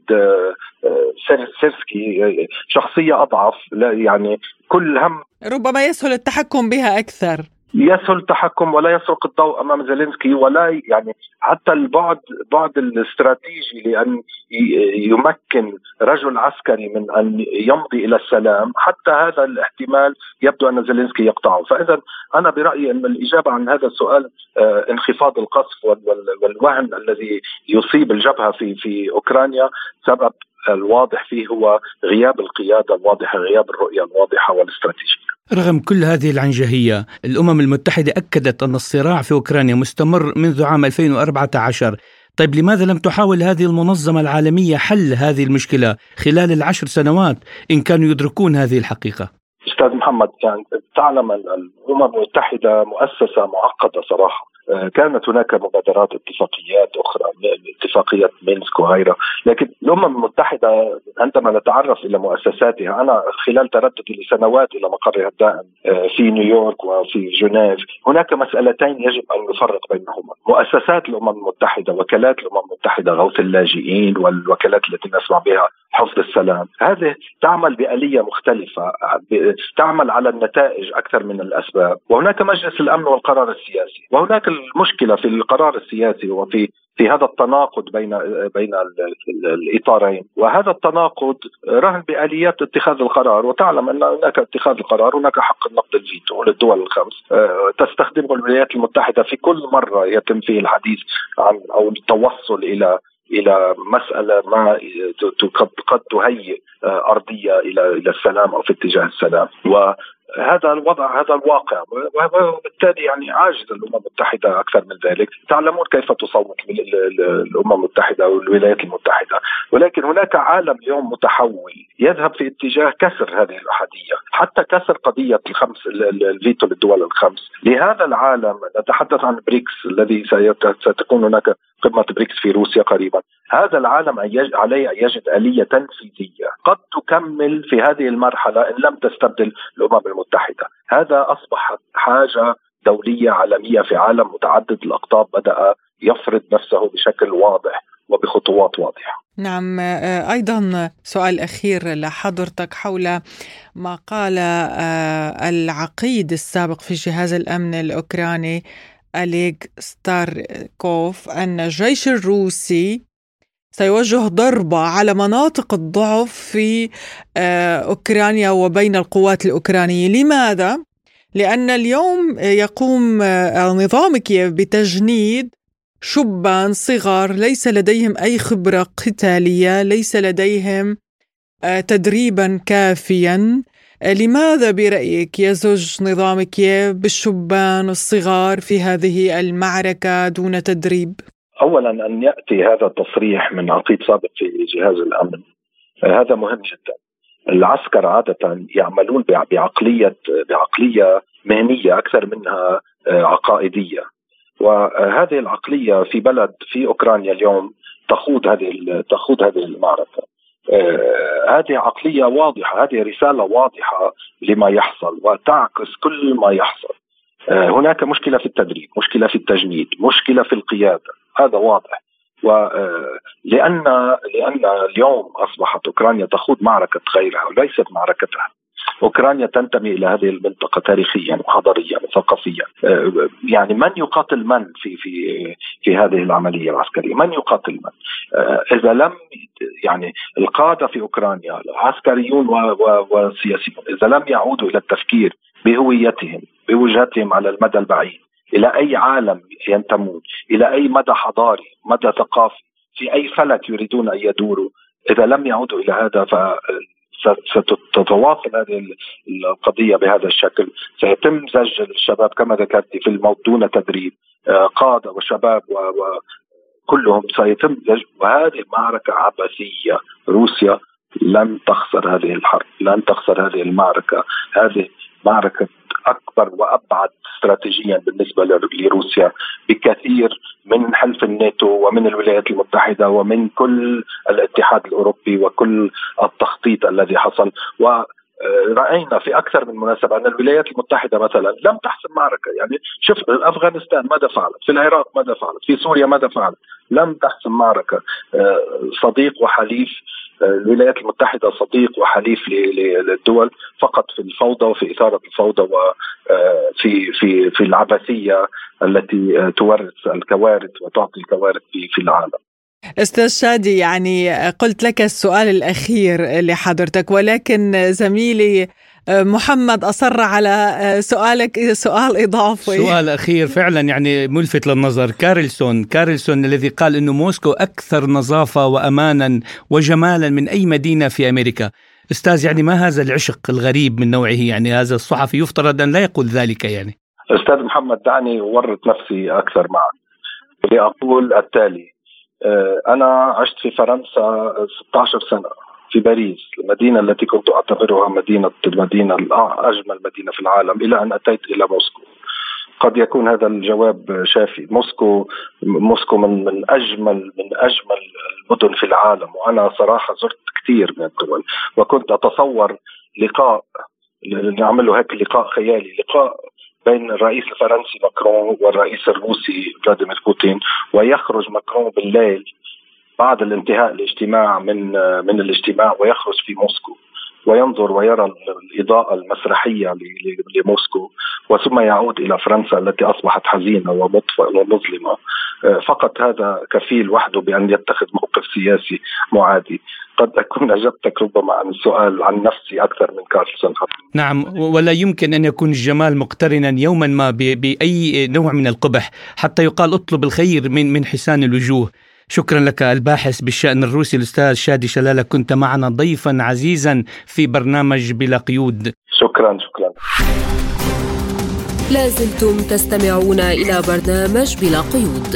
سيرسكي شخصية أضعف، لا يعني كل هم ربما يسهل التحكم بها أكثر، يسهل التحكم ولا يسرق الضوء أمام زيلينسكي، ولا يعني حتى البعد بعد الاستراتيجي لأن يمكن رجل عسكري من أن يمضي إلى السلام، حتى هذا الاحتمال يبدو أن زيلينسكي يقطعه. فإذا أنا برأيي أن الإجابة عن هذا السؤال انخفاض القصف والوهن الذي يصيب الجبهة في في أوكرانيا، سبب الواضح فيه هو غياب القيادة الواضحة، غياب الرؤية الواضحة والاستراتيجية. رغم كل هذه العنجهية، الأمم المتحدة أكدت أن الصراع في أوكرانيا مستمر منذ عام ألفين وأربعة عشر. طيب لماذا لم تحاول هذه المنظمة العالمية حل هذه المشكلة خلال العشر سنوات إن كانوا يدركون هذه الحقيقة؟ أستاذ محمد، يعني تعلم الأمم المتحدة مؤسسة معقدة صراحة. كانت هناك مبادرات اتفاقيات أخرى، اتفاقية مينسك وغيرها، لكن الأمم المتحدة عندما نتعرف إلى مؤسساتها، أنا خلال ترددي لسنوات إلى مقرها الدائم في نيويورك وفي جنيف، هناك مسألتين يجب أن نفرق بينهما. مؤسسات الأمم المتحدة، وكالات الأمم المتحدة، غوث اللاجئين والوكالات التي نسمع بها حفظ السلام، هذه تعمل بآلية مختلفة، تعمل على النتائج أكثر من الأسباب. وهناك مجلس الأمن والقرار السياسي، وهناك المشكلة في القرار السياسي وفي في هذا التناقض بين بين الإطارين. وهذا التناقض رهن بآليات اتخاذ القرار، وتعلم أن هناك اتخاذ القرار، هناك حق النقد الفيتو للدول الخمس تستخدمه الولايات المتحدة في كل مرة يتم فيه الحديث عن أو التوصل إلى إلى مسألة ما قد قد تهيئ أرضية إلى إلى السلام أو في اتجاه السلام. وهذا الوضع، هذا الواقع، وبالتالي يعني عاجز الأمم المتحدة أكثر من ذلك. تعلمون كيف تصوت الأمم المتحدة والولايات المتحدة، ولكن هناك عالم اليوم متحول يذهب في اتجاه كسر هذه الأحادية، حتى كسر قضية الخمس الفيتو للدول الخمس. لهذا العالم نتحدث عن بريكس الذي ستكون هناك قمة بريكس في روسيا قريبا. هذا العالم عليه أن يجد آلية تنفيذية قد تكمل في هذه المرحلة إن لم تستبدل الأمم المتحدة. هذا أصبح حاجة دولية عالمية في عالم متعدد الأقطاب بدأ يفرض نفسه بشكل واضح وبخطوات واضحة. نعم، أيضا سؤال أخير لحضرتك حول ما قال العقيد السابق في جهاز الأمن الأوكراني أليغ ستاركوف أن الجيش الروسي سيوجه ضربة على مناطق الضعف في أوكرانيا وبين القوات الأوكرانية. لماذا؟ لأن اليوم يقوم نظام كييف بتجنيد شبان صغار ليس لديهم أي خبرة قتالية، ليس لديهم تدريبا كافيا. لماذا برأيك يزج نظام كييف بالشبان الصغار في هذه المعركة دون تدريب؟ أولا أن يأتي هذا التصريح من عقيد سابق في جهاز الأمن هذا مهم جدا. العسكر عادة يعملون بعقلية بعقلية مهنية أكثر منها عقائدية، وهذه العقلية في بلد في أوكرانيا اليوم تخوض هذه تخوض هذه المعركة. آه هذه عقلية واضحة، هذه رسالة واضحة لما يحصل وتعكس كل ما يحصل. آه هناك مشكلة في التدريب، مشكلة في التجنيد، مشكلة في القيادة، هذا واضح. ولأن لأن اليوم أصبحت أوكرانيا تخوض معركة غيرها وليست معركتها. أوكرانيا تنتمي إلى هذه المنطقة تاريخيا وحضاريا وثقافيا. يعني من يقاتل من في في في هذه العملية العسكرية؟ من يقاتل من؟ إذا لم يعني القادة في أوكرانيا العسكريون والسياسيون إذا لم يعودوا إلى التفكير بهويتهم بوجهتهم على المدى البعيد، إلى أي عالم ينتمون، إلى أي مدى حضاري مدى ثقافي في أي فلك يريدون أن يدوروا، إذا لم يعودوا إلى هذا ف ستتواصل هذه القضية بهذا الشكل. سيتم زج الشباب كما ذكرت في الموت دون تدريب، قادة وشباب وكلهم سيتم زج، وهذه المعركة عبثية. روسيا لن تخسر هذه الحرب، لن تخسر هذه المعركة. هذه معركة أكبر وأبعد استراتيجيا بالنسبة لروسيا بكثير من حلف الناتو ومن الولايات المتحدة ومن كل الاتحاد الأوروبي وكل التخطيط الذي حصل. ورأينا في أكثر من مناسبة أن الولايات المتحدة مثلا لم تحسم معركة. يعني شوف أفغانستان ماذا فعلت، في العراق ماذا فعلت، في سوريا ماذا فعلت، لم تحسم معركة. صديق وحليف الولايات المتحدة، صديق وحليف للدول فقط في الفوضى وفي إثارة الفوضى وفي في في العبثية التي تورث الكوارث وتعطي الكوارث في العالم. أستاذ شادي، يعني قلت لك السؤال الأخير لحضرتك، ولكن زميلي محمد أصر على سؤالك سؤال إضافي. سؤال أخير فعلا يعني ملفت للنظر. كارلسون كارلسون الذي قال إنه موسكو أكثر نظافة وأمانا وجمالا من أي مدينة في أمريكا. أستاذ، يعني ما هذا العشق الغريب من نوعه؟ يعني هذا الصحفي يفترض أن لا يقول ذلك. يعني أستاذ محمد، دعني أورط نفسي أكثر معك لأقول التالي. أنا عشت في فرنسا ستة عشر سنة في باريس، المدينة التي كنت أعتبرها مدينة المدينة أجمل مدينة في العالم، إلى أن أتيت إلى موسكو. قد يكون هذا الجواب شافي. موسكو موسكو من من أجمل من أجمل المدن في العالم، وأنا صراحة زرت كثير من الدول، وكنت أتصور لقاء نعمله هيك لقاء خيالي، لقاء بين الرئيس الفرنسي ماكرون والرئيس الروسي فلاديمير بوتين، ويخرج ماكرون بالليل بعد الانتهاء الاجتماع من من الاجتماع ويخرج في موسكو وينظر ويرى الإضاءة المسرحية لموسكو، وثم يعود إلى فرنسا التي أصبحت حزينة ومظلمة. فقط هذا كفيل وحده بأن يتخذ موقف سياسي معادي. قد أكون أجبتك ربما عن السؤال عن نفسي أكثر من كارلسون. نعم، ولا يمكن أن يكون الجمال مقترنا يوما ما بأي نوع من القبح حتى يقال اطلب الخير من من حسان الوجوه. شكرا لك الباحث بالشأن الروسي الأستاذ شادي شلالة، كنت معنا ضيفا عزيزا في برنامج بلا قيود. شكرا شكرا. لازلتم تستمعون إلى برنامج بلا قيود.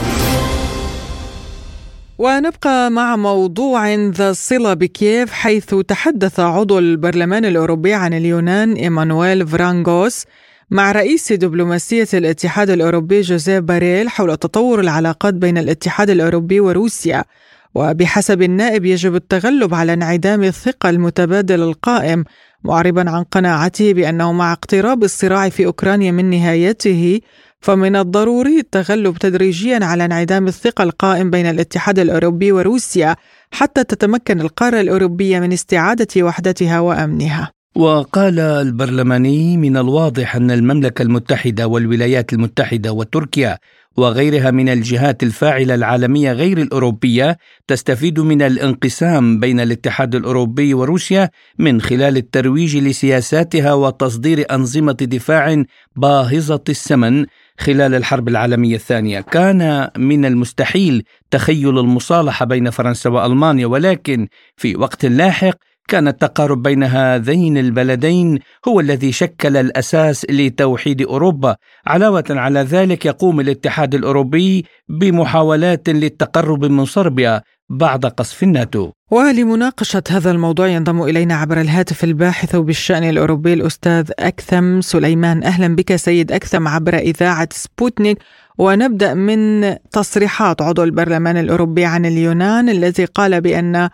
ونبقى مع موضوع ذا الصلة بكييف، حيث تحدث عضو البرلمان الأوروبي عن اليونان إيمانويل فرانغوس مع رئيس دبلوماسية الاتحاد الأوروبي جوزيف باريل حول تطور العلاقات بين الاتحاد الأوروبي وروسيا. وبحسب النائب يجب التغلب على انعدام الثقة المتبادل القائم، معربا عن قناعته بأنه مع اقتراب الصراع في أوكرانيا من نهايته فمن الضروري التغلب تدريجيا على انعدام الثقة القائم بين الاتحاد الأوروبي وروسيا حتى تتمكن القارة الأوروبية من استعادة وحدتها وأمنها. وقال البرلماني من الواضح أن المملكة المتحدة والولايات المتحدة وتركيا وغيرها من الجهات الفاعلة العالمية غير الأوروبية تستفيد من الانقسام بين الاتحاد الأوروبي وروسيا من خلال الترويج لسياساتها وتصدير أنظمة دفاع باهظة الثمن خلال الحرب العالمية الثانية. كان من المستحيل تخيل المصالحة بين فرنسا وألمانيا، ولكن في وقت لاحق كان التقارب بين هذين البلدين هو الذي شكل الأساس لتوحيد أوروبا. علاوة على ذلك يقوم الاتحاد الأوروبي بمحاولات للتقرب من صربيا بعد قصف الناتو. ولمناقشة هذا الموضوع ينضم إلينا عبر الهاتف الباحث بالشأن الأوروبي الأستاذ أكثم سليمان. أهلا بك سيد أكثم عبر إذاعة سبوتنيك. ونبدأ من تصريحات عضو البرلمان الأوروبي عن اليونان الذي قال بأن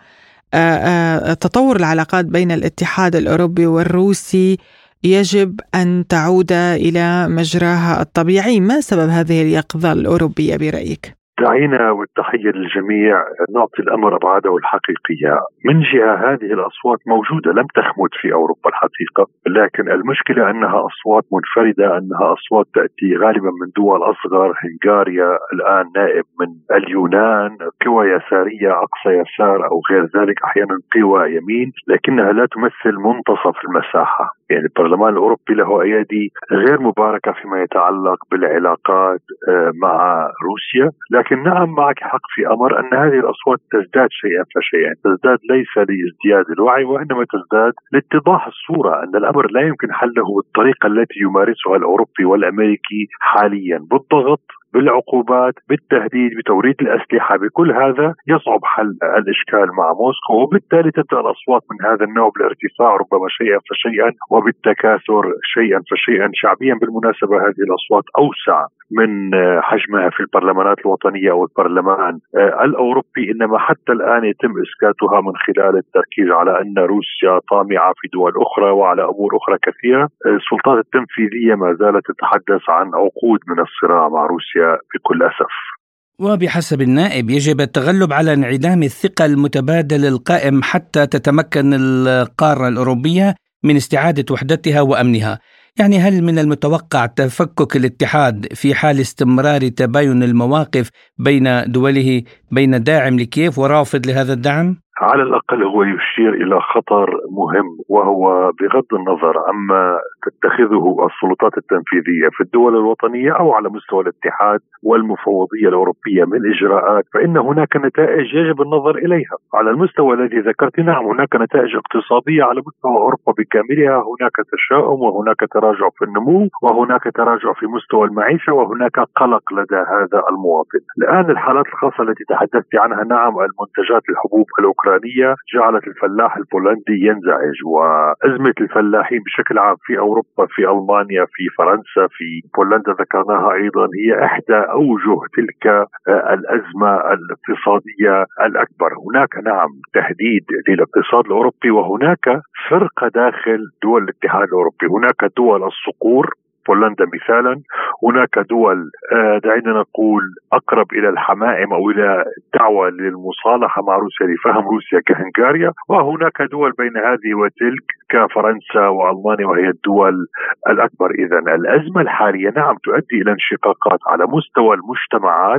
تطور العلاقات بين الاتحاد الأوروبي والروسي يجب أن تعود إلى مجراها الطبيعي. ما سبب هذه اليقظة الأوروبية برأيك؟ دعينا والتحية للجميع نعطي الأمر أبعاده الحقيقية. من جهة هذه الأصوات موجودة لم تخمد في أوروبا الحقيقة، لكن المشكلة أنها أصوات منفردة، أنها أصوات تأتي غالبا من دول أصغر، هنغاريا الآن نائب من اليونان، قوى يسارية أقصى يسار أو غير ذلك، أحيانا قوى يمين، لكنها لا تمثل منتصف المساحة. يعني البرلمان الأوروبي له أيادي غير مباركة فيما يتعلق بالعلاقات مع روسيا. لكن نعم معك حق في أمر أن هذه الأصوات تزداد شيئا فشيئا، تزداد ليس لازدياد الوعي وإنما تزداد لاتضاح الصورة أن الأمر لا يمكن حله بالطريقة التي يمارسها الأوروبي والأمريكي حاليا، بالضغط، بالعقوبات، بالتهديد، بتوريد الأسلحة. بكل هذا يصعب حل الإشكال مع موسكو، وبالتالي تبدأ الأصوات من هذا النوع بالارتفاع ربما شيئا فشيئا وبالتكاثر شيئا فشيئا. شعبيا بالمناسبة هذه الأصوات أوسع من حجمها في البرلمانات الوطنية أو البرلمان الأوروبي، إنما حتى الآن يتم إسكاتها من خلال التركيز على أن روسيا طامعة في دول أخرى وعلى أمور أخرى كثيرة. السلطات التنفيذية ما زالت تتحدث عن عقود من الصراع مع روسيا بكل أسف. وبحسب النائب يجب التغلب على انعدام الثقة المتبادل القائم حتى تتمكن القارة الأوروبية من استعادة وحدتها وأمنها. يعني هل من المتوقع تفكك الاتحاد في حال استمرار تباين المواقف بين دوله، بين داعم لكييف ورافض لهذا الدعم؟ على الأقل هو يشير إلى خطر مهم، وهو بغض النظر عما تتخذه السلطات التنفيذية في الدول الوطنية أو على مستوى الاتحاد والمفوضية الأوروبية من إجراءات، فإن هناك نتائج يجب النظر إليها. على المستوى الذي ذكرت نعم هناك نتائج اقتصادية على مستوى أوروبا بكاملها، هناك تشاؤم وهناك تراجع في النمو وهناك تراجع في مستوى المعيشة وهناك قلق لدى هذا المواطن. الآن الحالات الخاصة التي تحدثت عنها، نعم المنتجات الحبوب الأوكرانية جعلت الفلاح البولندي ينزعج، وأزمة الفلاحين بشكل عام في أوروبا، في ألمانيا، في فرنسا، في بولندا ذكرناها أيضا، هي إحدى أوجه تلك الأزمة الاقتصادية الأكبر. هناك نعم تهديد للاقتصاد الأوروبي، وهناك فرقة داخل دول الاتحاد الأوروبي. هناك دول الصقور بولندا مثالا. هناك دول دعينا نقول أقرب إلى الحمائم أو إلى الدعوة للمصالحة مع روسيا لفهم روسيا كهنغاريا، وهناك دول بين هذه وتلك كفرنسا وألمانيا وهي الدول الأكبر. إذن الأزمة الحالية نعم تؤدي إلى انشقاقات على مستوى المجتمعات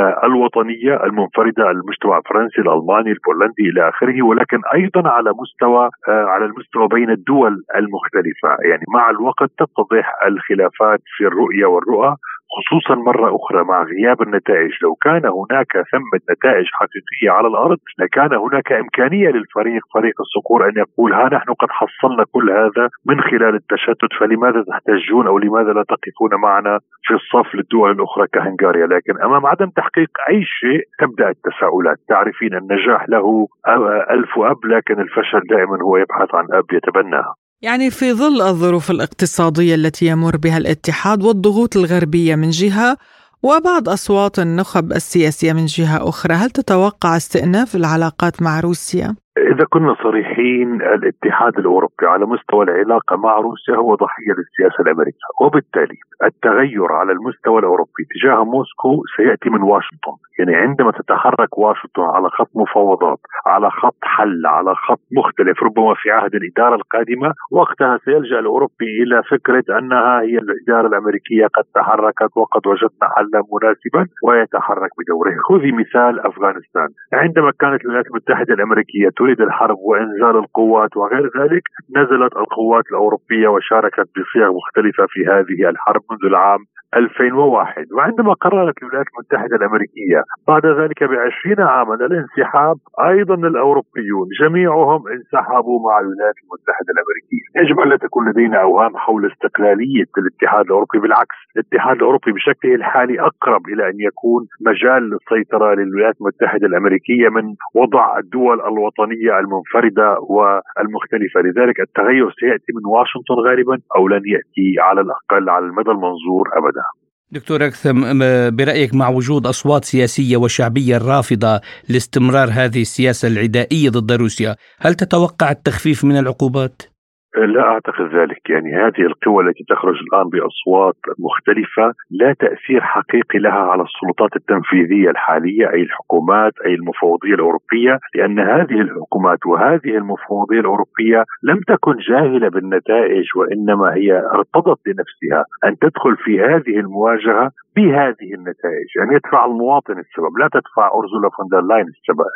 الوطنية المنفردة، المجتمع الفرنسي الألماني البولندي إلى آخره، ولكن أيضا على مستوى على المستوى بين الدول المختلفة. يعني مع الوقت تتضح الخلافات في الرؤية والرؤى، خصوصا مرة أخرى مع غياب النتائج. لو كان هناك ثمة نتائج حقيقية على الأرض لكان هناك إمكانية للفريق فريق الصقور أن يقول ها نحن قد حصلنا كل هذا من خلال التشتت، فلماذا تحتجون أو لماذا لا تقفون معنا في الصف للدول الأخرى كهنغاريا؟ لكن أمام عدم تحقيق أي شيء تبدأ التساؤلات. تعرفين النجاح له ألف أب لكن الفشل دائما هو يبحث عن أب يتبناها. يعني في ظل الظروف الاقتصادية التي يمر بها الاتحاد والضغوط الغربية من جهة وبعض أصوات النخب السياسية من جهة أخرى، هل تتوقع استئناف العلاقات مع روسيا؟ إذا كنا صريحين الاتحاد الأوروبي على مستوى العلاقة مع روسيا هو ضحية للسياسة الأمريكية، وبالتالي التغير على المستوى الأوروبي تجاه موسكو سيأتي من واشنطن. يعني عندما تتحرك واشنطن على خط مفاوضات، على خط حل، على خط مختلف ربما في عهد الإدارة القادمة، وقتها سيلجأ الأوروبي إلى فكرة أنها هي الإدارة الأمريكية قد تحركت وقد وجدنا حلا مناسبا ويتحرك بدوره. خذي مثال أفغانستان، عندما كانت الولايات المتحدة الأمريكية تريد الحرب وإنزال القوات وغير ذلك، نزلت القوات الأوروبية وشاركت بصيغ مختلفة في هذه الحرب منذ العام ألفين وواحد. وعندما قررت الولايات المتحدة الأمريكية بعد ذلك بعشرين عاما الانسحاب، أيضا الأوروبيون جميعهم انسحبوا مع الولايات المتحدة الأمريكية. يجب أن لا تكون لدينا أوهام حول استقلالية الاتحاد الأوروبي، بالعكس الاتحاد الأوروبي بشكله الحالي أقرب إلى أن يكون مجال للسيطرة للولايات المتحدة الأمريكية من وضع الدول الوطنية المنفردة والمختلفة. لذلك التغير سيأتي من واشنطن غالبا أو لن يأتي على الأقل على المدى المنظور أبدا. دكتور أكثم، برأيك مع وجود أصوات سياسية وشعبية رافضة لاستمرار هذه السياسة العدائية ضد روسيا، هل تتوقع التخفيف من العقوبات؟ لا أعتقد ذلك. يعني هذه القوى التي تخرج الآن بأصوات مختلفة لا تأثير حقيقي لها على السلطات التنفيذية الحالية، أي الحكومات أي المفوضية الأوروبية، لأن هذه الحكومات وهذه المفوضية الأوروبية لم تكن جاهلة بالنتائج، وإنما هي ارتضت لنفسها أن تدخل في هذه المواجهة بهذه النتائج، أن يعني يدفع المواطن السبب، لا تدفع أورزولا فون دير لاين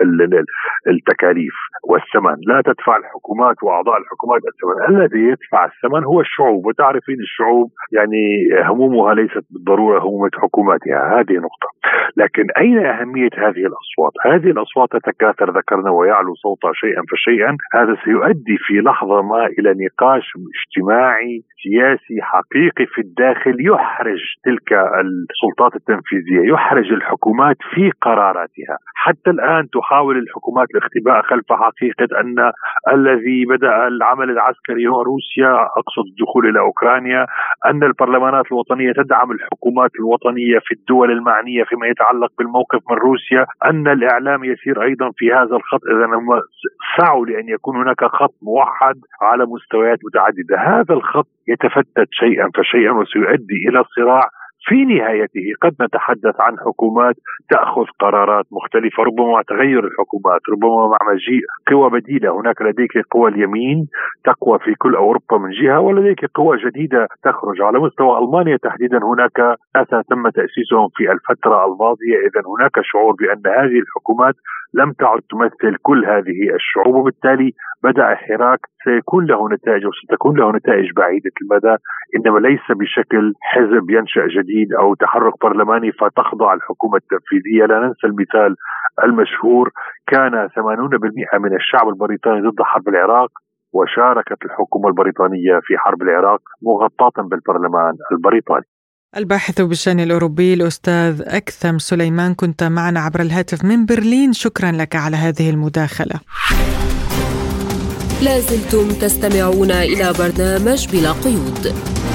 التكاليف والثمن، لا تدفع الحكومات وأعضاء الحكومات الثمن، الذي يدفع الثمن هو الشعوب. وتعرفين الشعوب يعني همومها ليست بالضرورة همومة حكوماتها، هذه نقطة. لكن أين أهمية هذه الأصوات؟ هذه الأصوات تتكاثر ذكرنا ويعلو صوتها شيئا فشيئا، هذا سيؤدي في لحظة ما إلى نقاش اجتماعي سياسي حقيقي في الداخل يحرج تلك السلطات التنفيذية، يحرج الحكومات في قراراتها. حتى الآن تحاول الحكومات الاختباء خلف حقيقة أن الذي بدأ العمل العسكري هو روسيا، أقصد الدخول إلى أوكرانيا، أن البرلمانات الوطنية تدعم الحكومات الوطنية في الدول المعنية فيما يتعلق بالموقف من روسيا، أن الإعلام يسير أيضا في هذا الخط. إذن هم سعوا لأن يكون هناك خط موحد على مستويات متعددة. هذا الخط يتفتت شيئا فشيئا وسيؤدي إلى صراع في نهايته قد نتحدث عن حكومات تأخذ قرارات مختلفة، ربما مع تغير الحكومات، ربما مع مجيء قوى بديلة. هناك لديك قوى اليمين تقوى في كل أوروبا من جهة، ولديك قوى جديدة تخرج على مستوى ألمانيا تحديدا. هناك أسا تم تأسيسهم في الفترة الماضية، إذن هناك شعور بأن هذه الحكومات لم تعد تمثل كل هذه الشعوب، وبالتالي بدأ حراك سيكون له نتائج وستكون له نتائج بعيدة المدى، إنما ليس بشكل حزب ينشأ جديد أو تحرك برلماني فتخضع الحكومة التنفيذية. لا ننسى المثال المشهور، كان ثمانين بالمئة من الشعب البريطاني ضد حرب العراق، وشاركت الحكومة البريطانية في حرب العراق مغطاة بالبرلمان البريطاني. الباحث بالشأن الأوروبي الأستاذ أكثم سليمان، كنت معنا عبر الهاتف من برلين، شكرا لك على هذه المداخلة. لازلتم تستمعون إلى برنامج بلا قيود.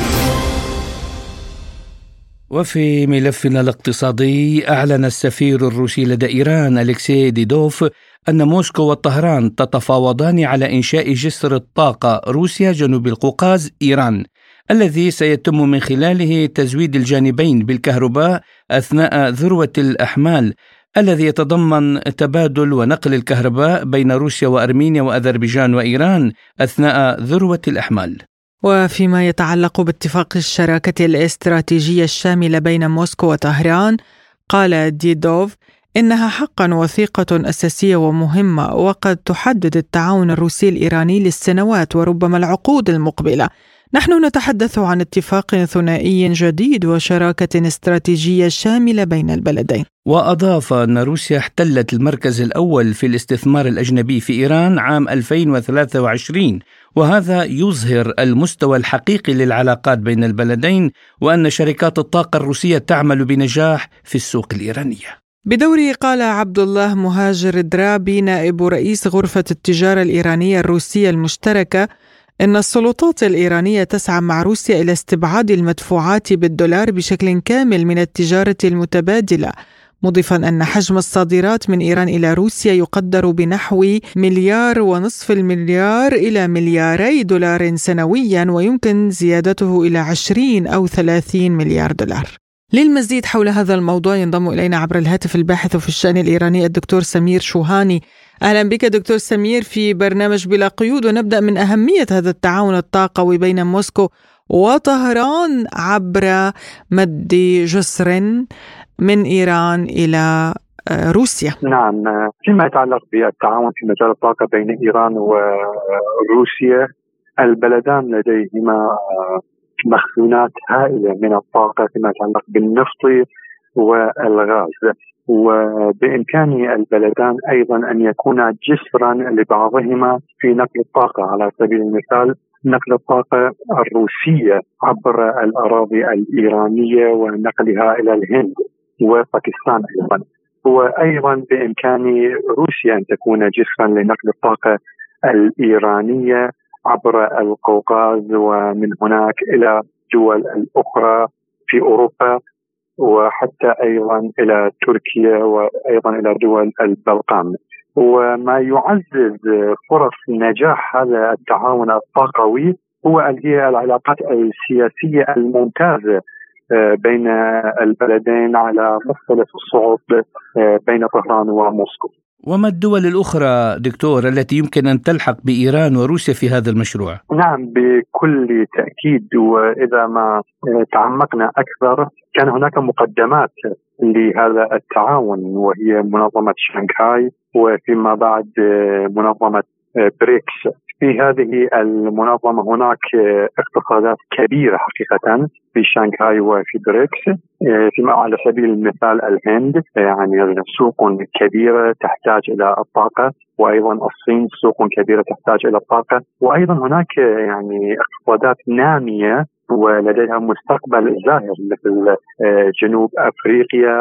وفي ملفنا الاقتصادي، أعلن السفير الروسي لدى إيران أليكسي ديدوف أن موسكو والطهران تتفاوضان على إنشاء جسر الطاقة روسيا جنوب القوقاز إيران الذي سيتم من خلاله تزويد الجانبين بالكهرباء أثناء ذروة الأحمال، الذي يتضمن تبادل ونقل الكهرباء بين روسيا وأرمينيا وأذربيجان وإيران أثناء ذروة الأحمال. وفيما يتعلق باتفاق الشراكة الاستراتيجية الشاملة بين موسكو وطهران، قال ديدوف إنها حقا وثيقة أساسية ومهمة، وقد تحدد التعاون الروسي الإيراني للسنوات وربما العقود المقبلة. نحن نتحدث عن اتفاق ثنائي جديد وشراكة استراتيجية شاملة بين البلدين. وأضاف أن روسيا احتلت المركز الأول في الاستثمار الأجنبي في إيران عام ألفين وثلاثة وعشرين، وهذا يظهر المستوى الحقيقي للعلاقات بين البلدين، وأن شركات الطاقة الروسية تعمل بنجاح في السوق الإيرانية. بدوره قال عبد الله مهاجر درابي نائب رئيس غرفة التجارة الإيرانية الروسية المشتركة إن السلطات الإيرانية تسعى مع روسيا إلى استبعاد المدفوعات بالدولار بشكل كامل من التجارة المتبادلة، مضيفا أن حجم الصادرات من إيران إلى روسيا يقدر بنحو مليار ونصف المليار إلى ملياري دولار سنويا، ويمكن زيادته إلى عشرين أو ثلاثين مليار دولار. للمزيد حول هذا الموضوع ينضم إلينا عبر الهاتف الباحث في الشأن الإيراني الدكتور سمير شوهاني. أهلا بك دكتور سمير في برنامج بلا قيود، ونبدأ من أهمية هذا التعاون الطاقوي بين موسكو وطهران عبر مد جسر من إيران إلى روسيا. نعم، فيما يتعلق بالتعاون في مجال الطاقة بين إيران وروسيا، البلدان لديهما مخزونات هائلة من الطاقة فيما يتعلق بالنفط والغاز، وبإمكان البلدان أيضا أن يكون جسرا لبعضهما في نقل الطاقة. على سبيل المثال نقل الطاقة الروسية عبر الأراضي الإيرانية ونقلها إلى الهند وباكستان أيضا، وأيضا بإمكان روسيا أن تكون جسرا لنقل الطاقة الإيرانية عبر القوقاز ومن هناك إلى دول الأخرى في أوروبا، وحتى أيضا إلى تركيا وأيضا إلى دول البلقان. وما يعزز فرص نجاح هذا التعاون الطاقوي هو هي العلاقات السياسية الممتازة بين البلدين على مختلف الصعود بين طهران وموسكو. وما الدول الأخرى دكتور التي يمكن أن تلحق بإيران وروسيا في هذا المشروع؟ نعم بكل تأكيد، وإذا ما تعمقنا أكثر كان هناك مقدمات لهذا التعاون، وهي منظمة شانغهاي وفيما بعد منظمة بريكس. في هذه المنظمة هناك اقتصادات كبيرة حقيقة في شانغهاي وفي بريكس. فيما على سبيل المثال الهند يعني سوق كبيرة تحتاج إلى الطاقة، وأيضا الصين سوق كبيرة تحتاج إلى الطاقة، وأيضا هناك يعني اقتصادات نامية ولديها مستقبل زاهر مثل جنوب أفريقيا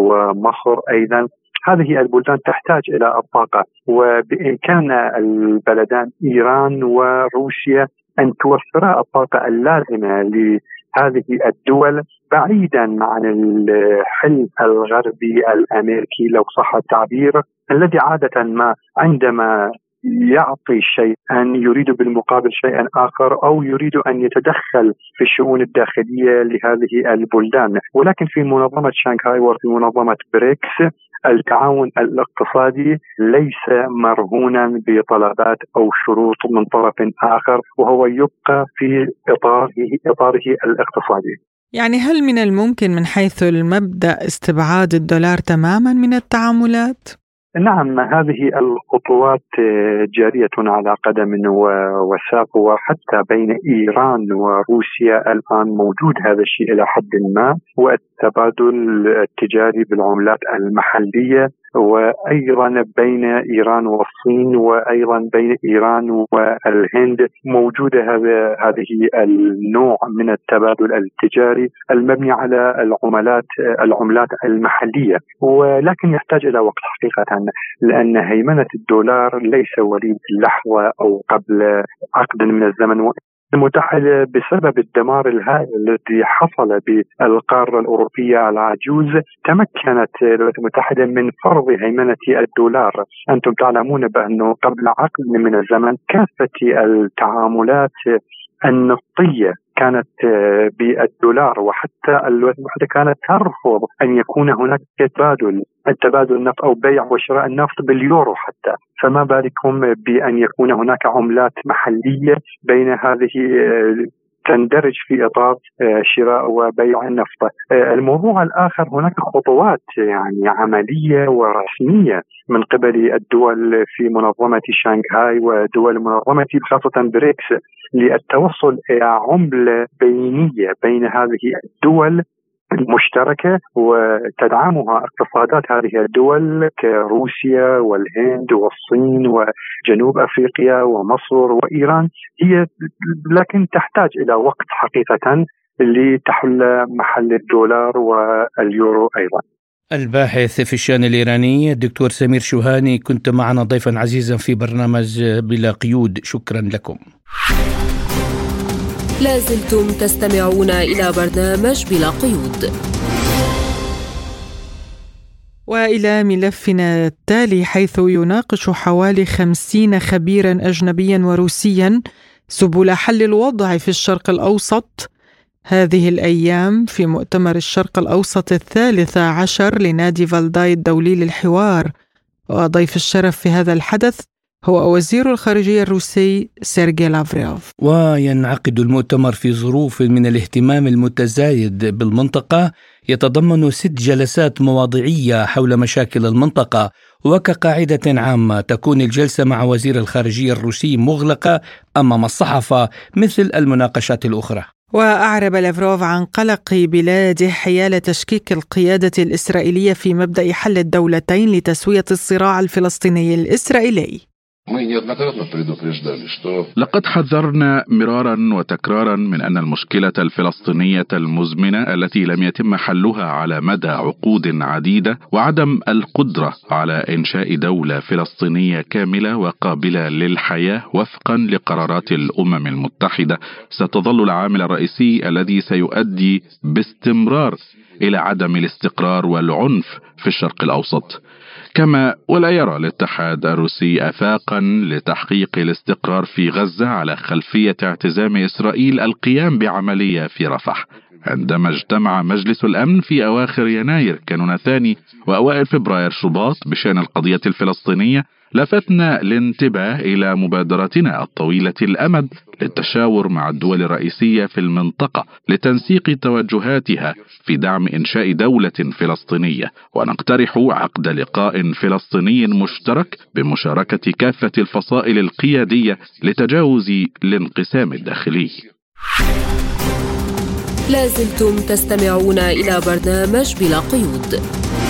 ومصر أيضا. هذه البلدان تحتاج إلى الطاقة، وبإمكان البلدان إيران وروسيا أن توفر الطاقة اللازمة لهذه الدول بعيدا عن الحلف الغربي الأمريكي لو صح التعبير، الذي عادة ما عندما يعطي شيئا يريد بالمقابل شيئا آخر، أو يريد أن يتدخل في الشؤون الداخلية لهذه البلدان. ولكن في منظمة شانغهاي وفي منظمة بريكس التعاون الاقتصادي ليس مرهونا بطلبات أو شروط من طرف آخر، وهو يبقى في إطاره, إطاره الاقتصادي. يعني هل من الممكن من حيث المبدأ استبعاد الدولار تماما من التعاملات؟ نعم، هذه الخطوات جارية على قدم وساق، وحتى بين إيران وروسيا الآن موجود هذا الشيء إلى حد ما، والتبادل التجاري بالعملات المحلية، وأيضا بين إيران والصين، وأيضا بين إيران والهند موجودة هذا هذه النوع من التبادل التجاري المبني على العملات العملات المحلية. ولكن يحتاج إلى وقت حقيقة، لأن هيمنة الدولار ليس وليد لحظة أو قبل عقد من الزمن. المتحدة بسبب الدمار الهائل الذي حصل بالقارة الأوروبية العجوز تمكنت الولايات المتحدة من فرض هيمنة الدولار. أنتم تعلمون بأنه قبل عقد من الزمن كافة التعاملات النفطية كانت بالدولار، وحتى الولايات المتحدة كانت ترفض أن يكون هناك تبادل التبادل النفط أو بيع وشراء النفط باليورو حتى، فما بالكم بأن يكون هناك عملات محلية بين هذه تندرج في إطار شراء وبيع النفط. الموضوع الآخر، هناك خطوات يعني عملية ورسمية من قبل الدول في منظمة شانغهاي ودول منظمة خاصة بريكس للتوصل إلى عملة بينية بين هذه الدول المشتركة وتدعمها اقتصادات هذه الدول كروسيا والهند والصين وجنوب أفريقيا ومصر وإيران، هي لكن تحتاج إلى وقت حقيقة لتحل محل الدولار واليورو أيضا. الباحث في الشأن الإيراني الدكتور سمير شوهاني، كنت معنا ضيفا عزيزا في برنامج بلا قيود، شكرا لكم. لازلتم تستمعون إلى برنامج بلا قيود. وإلى ملفنا التالي، حيث يناقش حوالي خمسين خبيرا أجنبيا وروسيا سبل حل الوضع في الشرق الأوسط هذه الأيام في مؤتمر الشرق الأوسط الثالث عشر لنادي فالداي الدولي للحوار. وضيف الشرف في هذا الحدث هو وزير الخارجية الروسي سيرجي لافروف. وينعقد المؤتمر في ظروف من الاهتمام المتزايد بالمنطقة، يتضمن ست جلسات مواضيعية حول مشاكل المنطقة، وكقاعدة عامة تكون الجلسة مع وزير الخارجية الروسي مغلقة أمام الصحافة مثل المناقشات الأخرى. وأعرب لافروف عن قلق بلاده حيال تشكيك القيادة الإسرائيلية في مبدأ حل الدولتين لتسوية الصراع الفلسطيني الإسرائيلي. لقد حذرنا مرارا وتكرارا من أن المشكلة الفلسطينية المزمنة التي لم يتم حلها على مدى عقود عديدة وعدم القدرة على إنشاء دولة فلسطينية كاملة وقابلة للحياة وفقا لقرارات الأمم المتحدة ستظل العامل الرئيسي الذي سيؤدي باستمرار إلى عدم الاستقرار والعنف في الشرق الأوسط. كما ولا يرى الاتحاد الروسي آفاقا لتحقيق الاستقرار في غزة على خلفية اعتزام إسرائيل القيام بعملية في رفح. عندما اجتمع مجلس الأمن في أواخر يناير كانون الثاني وأوائل فبراير شباط بشأن القضية الفلسطينية، لفتنا الانتباه إلى مبادرتنا الطويلة الأمد للتشاور مع الدول الرئيسية في المنطقة لتنسيق توجهاتها في دعم إنشاء دولة فلسطينية، ونقترح عقد لقاء فلسطيني مشترك بمشاركة كافة الفصائل القيادية لتجاوز الانقسام الداخلي. لازلتم تستمعون إلى برنامج بلا قيود.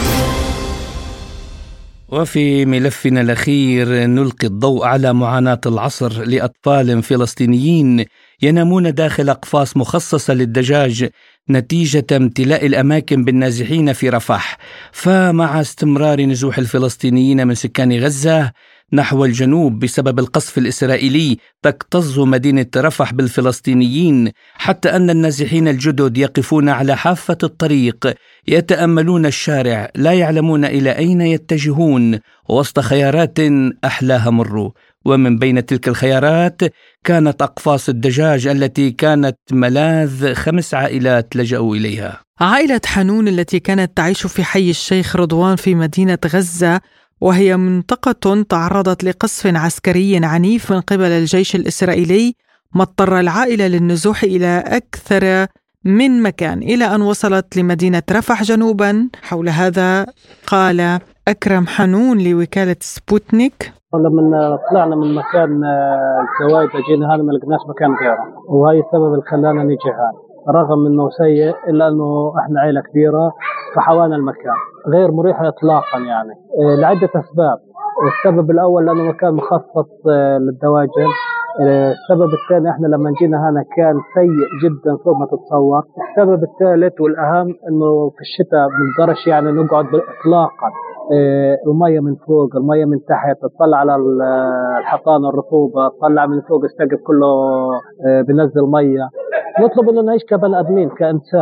وفي ملفنا الأخير نلقي الضوء على معاناة العصر لأطفال فلسطينيين ينامون داخل أقفاص مخصصة للدجاج نتيجة امتلاء الأماكن بالنازحين في رفح. فمع استمرار نزوح الفلسطينيين من سكان غزة نحو الجنوب بسبب القصف الإسرائيلي، تكتظ مدينة رفح بالفلسطينيين، حتى أن النازحين الجدد يقفون على حافة الطريق يتأملون الشارع، لا يعلمون إلى أين يتجهون وسط خيارات أحلاها مر. ومن بين تلك الخيارات كانت أقفاص الدجاج التي كانت ملاذ خمس عائلات لجأوا إليها. عائلة حنون التي كانت تعيش في حي الشيخ رضوان في مدينة غزة، وهي منطقة تعرضت لقصف عسكري عنيف من قبل الجيش الإسرائيلي، ما اضطر العائلة للنزوح إلى أكثر من مكان إلى أن وصلت لمدينة رفح جنوبا. حول هذا قال أكرم حنون لوكالة سبوتنيك: لما طلعنا من مكان الزواج جينا هذا ما لقناش مكان غيره، وهي السبب اللي خلانا نيجي هذا، رغم انه سيء الا انه احنا عائله كبيره فحوانا المكان غير مريح اطلاقا يعني لعده اسباب. السبب الاول لانه مكان مخصص للدواجن. السبب الثاني احنا لما جينا هنا كان سيء جدا فوق ما تتصور. السبب الثالث والاهم انه في الشتاء ما بنقدرش يعني نقعد اطلاقا، المية من فوق المية من تحت، تطلع على الحيطان الرطوبة، تطلع من فوق السقف كله بنزل مية. نطلب انه نعيش كبني ادمين كانسان،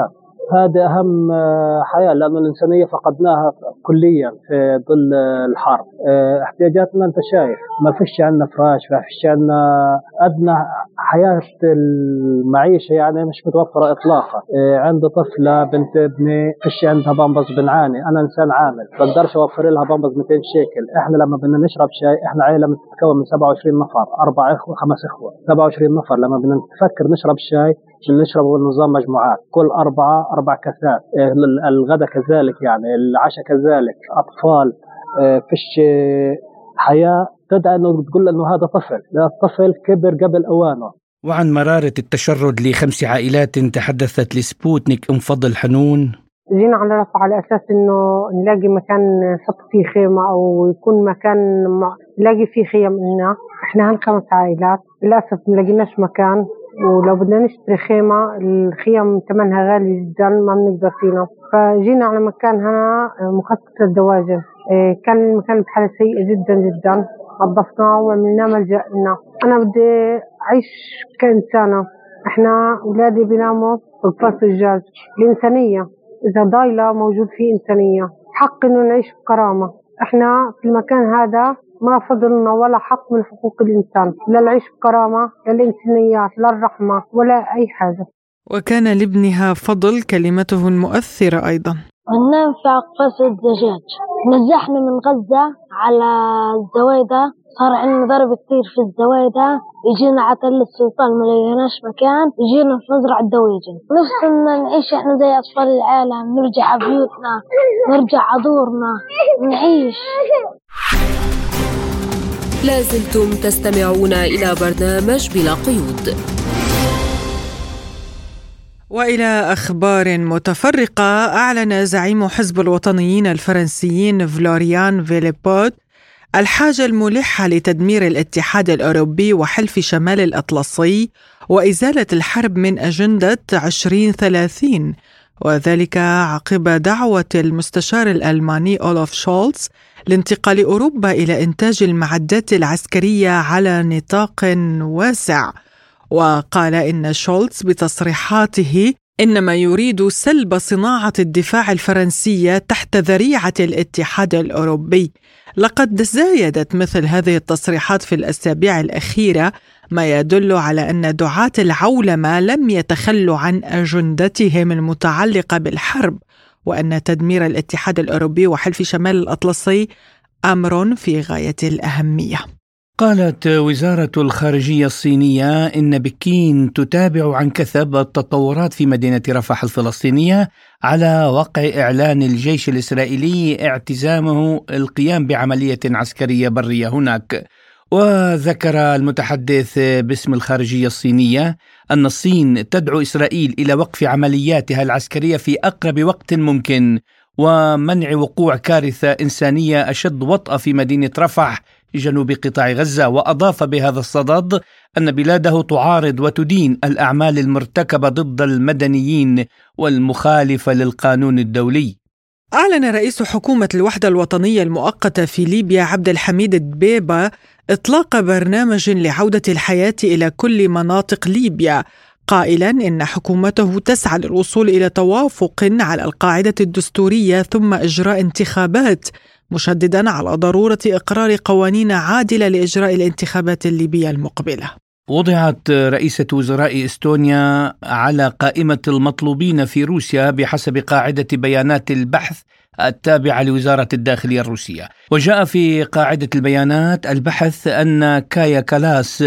هذا أهم حياة، لأن الإنسانية فقدناها كليا في ظل الحرب. احتياجاتنا أنت شايف ما فيش عندنا فراش، ما فيش عندنا أدنى حياة المعيشة يعني مش متوفرة إطلاقا. عند طفلة بنت ابني فيش عندها بامبز بنعاني، أنا إنسان عامل بقدرش أوفر لها بامبز مئتين شيكل. إحنا لما بدنا نشرب شاي، إحنا عائلة متكون من سبعة وعشرين نفر، أربع إخوة خمس إخوة، سبعة وعشرين نفر. لما بدنا نفكر نشرب شاي نشربه بنظام مجموعات، كل أربعة أربع كاسات. الغداء كذلك، يعني العشاء كذلك. أطفال فيش حياة تدعي أنه تقول أنه هذا طفل، لا الطفل كبر قبل أوانه. وعن مرارة التشرد لخمس عائلات تحدثت لسبوتنيك أم فضل حنون. جينا على رفح على أساس إنه نلاقي مكان نحط فيه خيمة أو يكون مكان نلاقي فيه خيم لنا. إحنا هن خمس عائلات، للأسف ملاقيناش مكان، ولو بدنا نشتري خيمة الخيم ثمنها غالي جدا ما بنقدر فينا. فجينا على مكان هنا مخصص للدواجن. كان المكان بحالة سيئة جدا جدا، نظفناه وعملناه ملجأ لنا. أنا بدي أعيش كإنسانة، إحنا أولادي بيناموا بقفص الدجاج. الإنسانية إذا ضايلة موجود فيه إنسانية، حق إنه نعيش بكرامة. إحنا في المكان هذا ما فضلنا ولا حق من حقوق الإنسان، لا العيش بكرامة، لا الإنسانيات، لا الرحمة، ولا أي حاجة. وكان لابنها فضل كلمته المؤثرة أيضا. ننام في أقفاص الدجاج. نزحنا من غزة على الزوايدة، صار عندنا ضرب كتير في الزوايدة. يجينا عتل السلطان ما لقيناش مكان، يجينا في مزرعة دواجن. نفسنا نعيش احنا زي أطفال العالم، نرجع بيوتنا، نرجع عدورنا، نعيش. لازلتم تستمعون إلى برنامج بلا قيود. وإلى أخبار متفرقة. أعلن زعيم حزب الوطنيين الفرنسيين فلوريان فيليبوت الحاجة الملحة لتدمير الاتحاد الأوروبي وحلف شمال الأطلسي وإزالة الحرب من أجندة عشرين ثلاثين، وذلك عقب دعوة المستشار الألماني أولوف شولتز لانتقال أوروبا إلى إنتاج المعدات العسكرية على نطاق واسع. وقال إن شولتز بتصريحاته إنما يريد سلب صناعة الدفاع الفرنسية تحت ذريعة الاتحاد الأوروبي. لقد زايدت مثل هذه التصريحات في الأسابيع الأخيرة، ما يدل على أن دعاة العولمة لم يتخلوا عن أجندتهم المتعلقة بالحرب، وأن تدمير الاتحاد الأوروبي وحلف شمال الأطلسي أمر في غاية الأهمية. قالت وزارة الخارجية الصينية إن بكين تتابع عن كثب التطورات في مدينة رفح الفلسطينية على وقع إعلان الجيش الإسرائيلي اعتزامه القيام بعملية عسكرية برية هناك. وذكر المتحدث باسم الخارجية الصينية أن الصين تدعو إسرائيل إلى وقف عملياتها العسكرية في أقرب وقت ممكن ومنع وقوع كارثة إنسانية أشد وطأة في مدينة رفح جنوب قطاع غزة. وأضاف بهذا الصدد أن بلاده تعارض وتدين الأعمال المرتكبة ضد المدنيين والمخالفة للقانون الدولي. أعلن رئيس حكومة الوحدة الوطنية المؤقتة في ليبيا عبد الحميد الدبيبة إطلاق برنامج لعودة الحياة إلى كل مناطق ليبيا، قائلا إن حكومته تسعى للوصول إلى توافق على القاعدة الدستورية ثم إجراء انتخابات، مشددا على ضرورة إقرار قوانين عادلة لإجراء الانتخابات الليبية المقبلة. وضعت رئيسة وزراء إستونيا على قائمة المطلوبين في روسيا بحسب قاعدة بيانات البحث التابعة لوزارة الداخلية الروسية. وجاء في قاعدة البيانات البحث أن كايا كالاس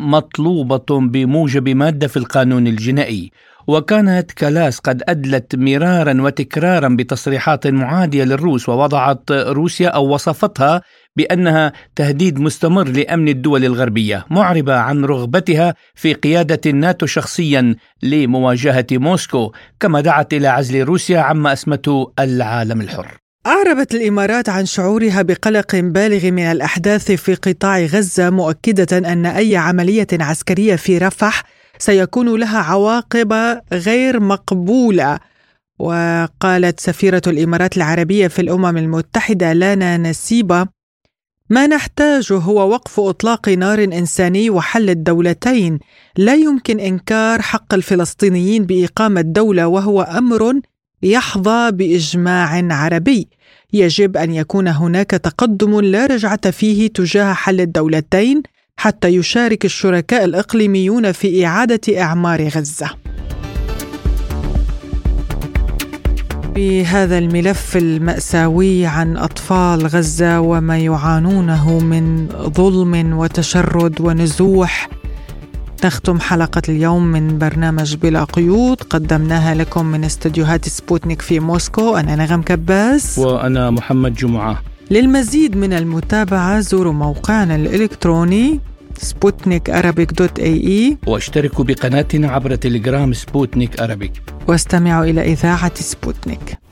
مطلوبة بموجب مادة في القانون الجنائي. وكانت كالاس قد أدلت مرارا وتكرارا بتصريحات معادية للروس، ووضعت روسيا أو وصفتها بأنها تهديد مستمر لأمن الدول الغربية، معربة عن رغبتها في قيادة الناتو شخصيا لمواجهة موسكو، كما دعت إلى عزل روسيا عما أسمته العالم الحر. أعربت الإمارات عن شعورها بقلق بالغ من الأحداث في قطاع غزة، مؤكدة أن أي عملية عسكرية في رفح سيكون لها عواقب غير مقبولة. وقالت سفيرة الإمارات العربية في الأمم المتحدة لانا نسيبة ما نحتاجه هو وقف إطلاق نار إنساني وحل الدولتين. لا يمكن إنكار حق الفلسطينيين بإقامة دولة، وهو أمر يحظى بإجماع عربي. يجب أن يكون هناك تقدم لا رجعة فيه تجاه حل الدولتين حتى يشارك الشركاء الإقليميون في إعادة إعمار غزة. بهذا الملف المأساوي عن أطفال غزة وما يعانونه من ظلم وتشرد ونزوح، نختم حلقة اليوم من برنامج بلا قيود، قدمناها لكم من استديوهات سبوتنيك في موسكو. أنا نغم كباس وأنا محمد جمعة. للمزيد من المتابعة زوروا موقعنا الإلكتروني سبوتنيك أرابيك دوت اي اي، واشتركوا بقناتنا عبر تليجرام سبوتنيك أرابيك، واستمعوا إلى إذاعة سبوتنيك.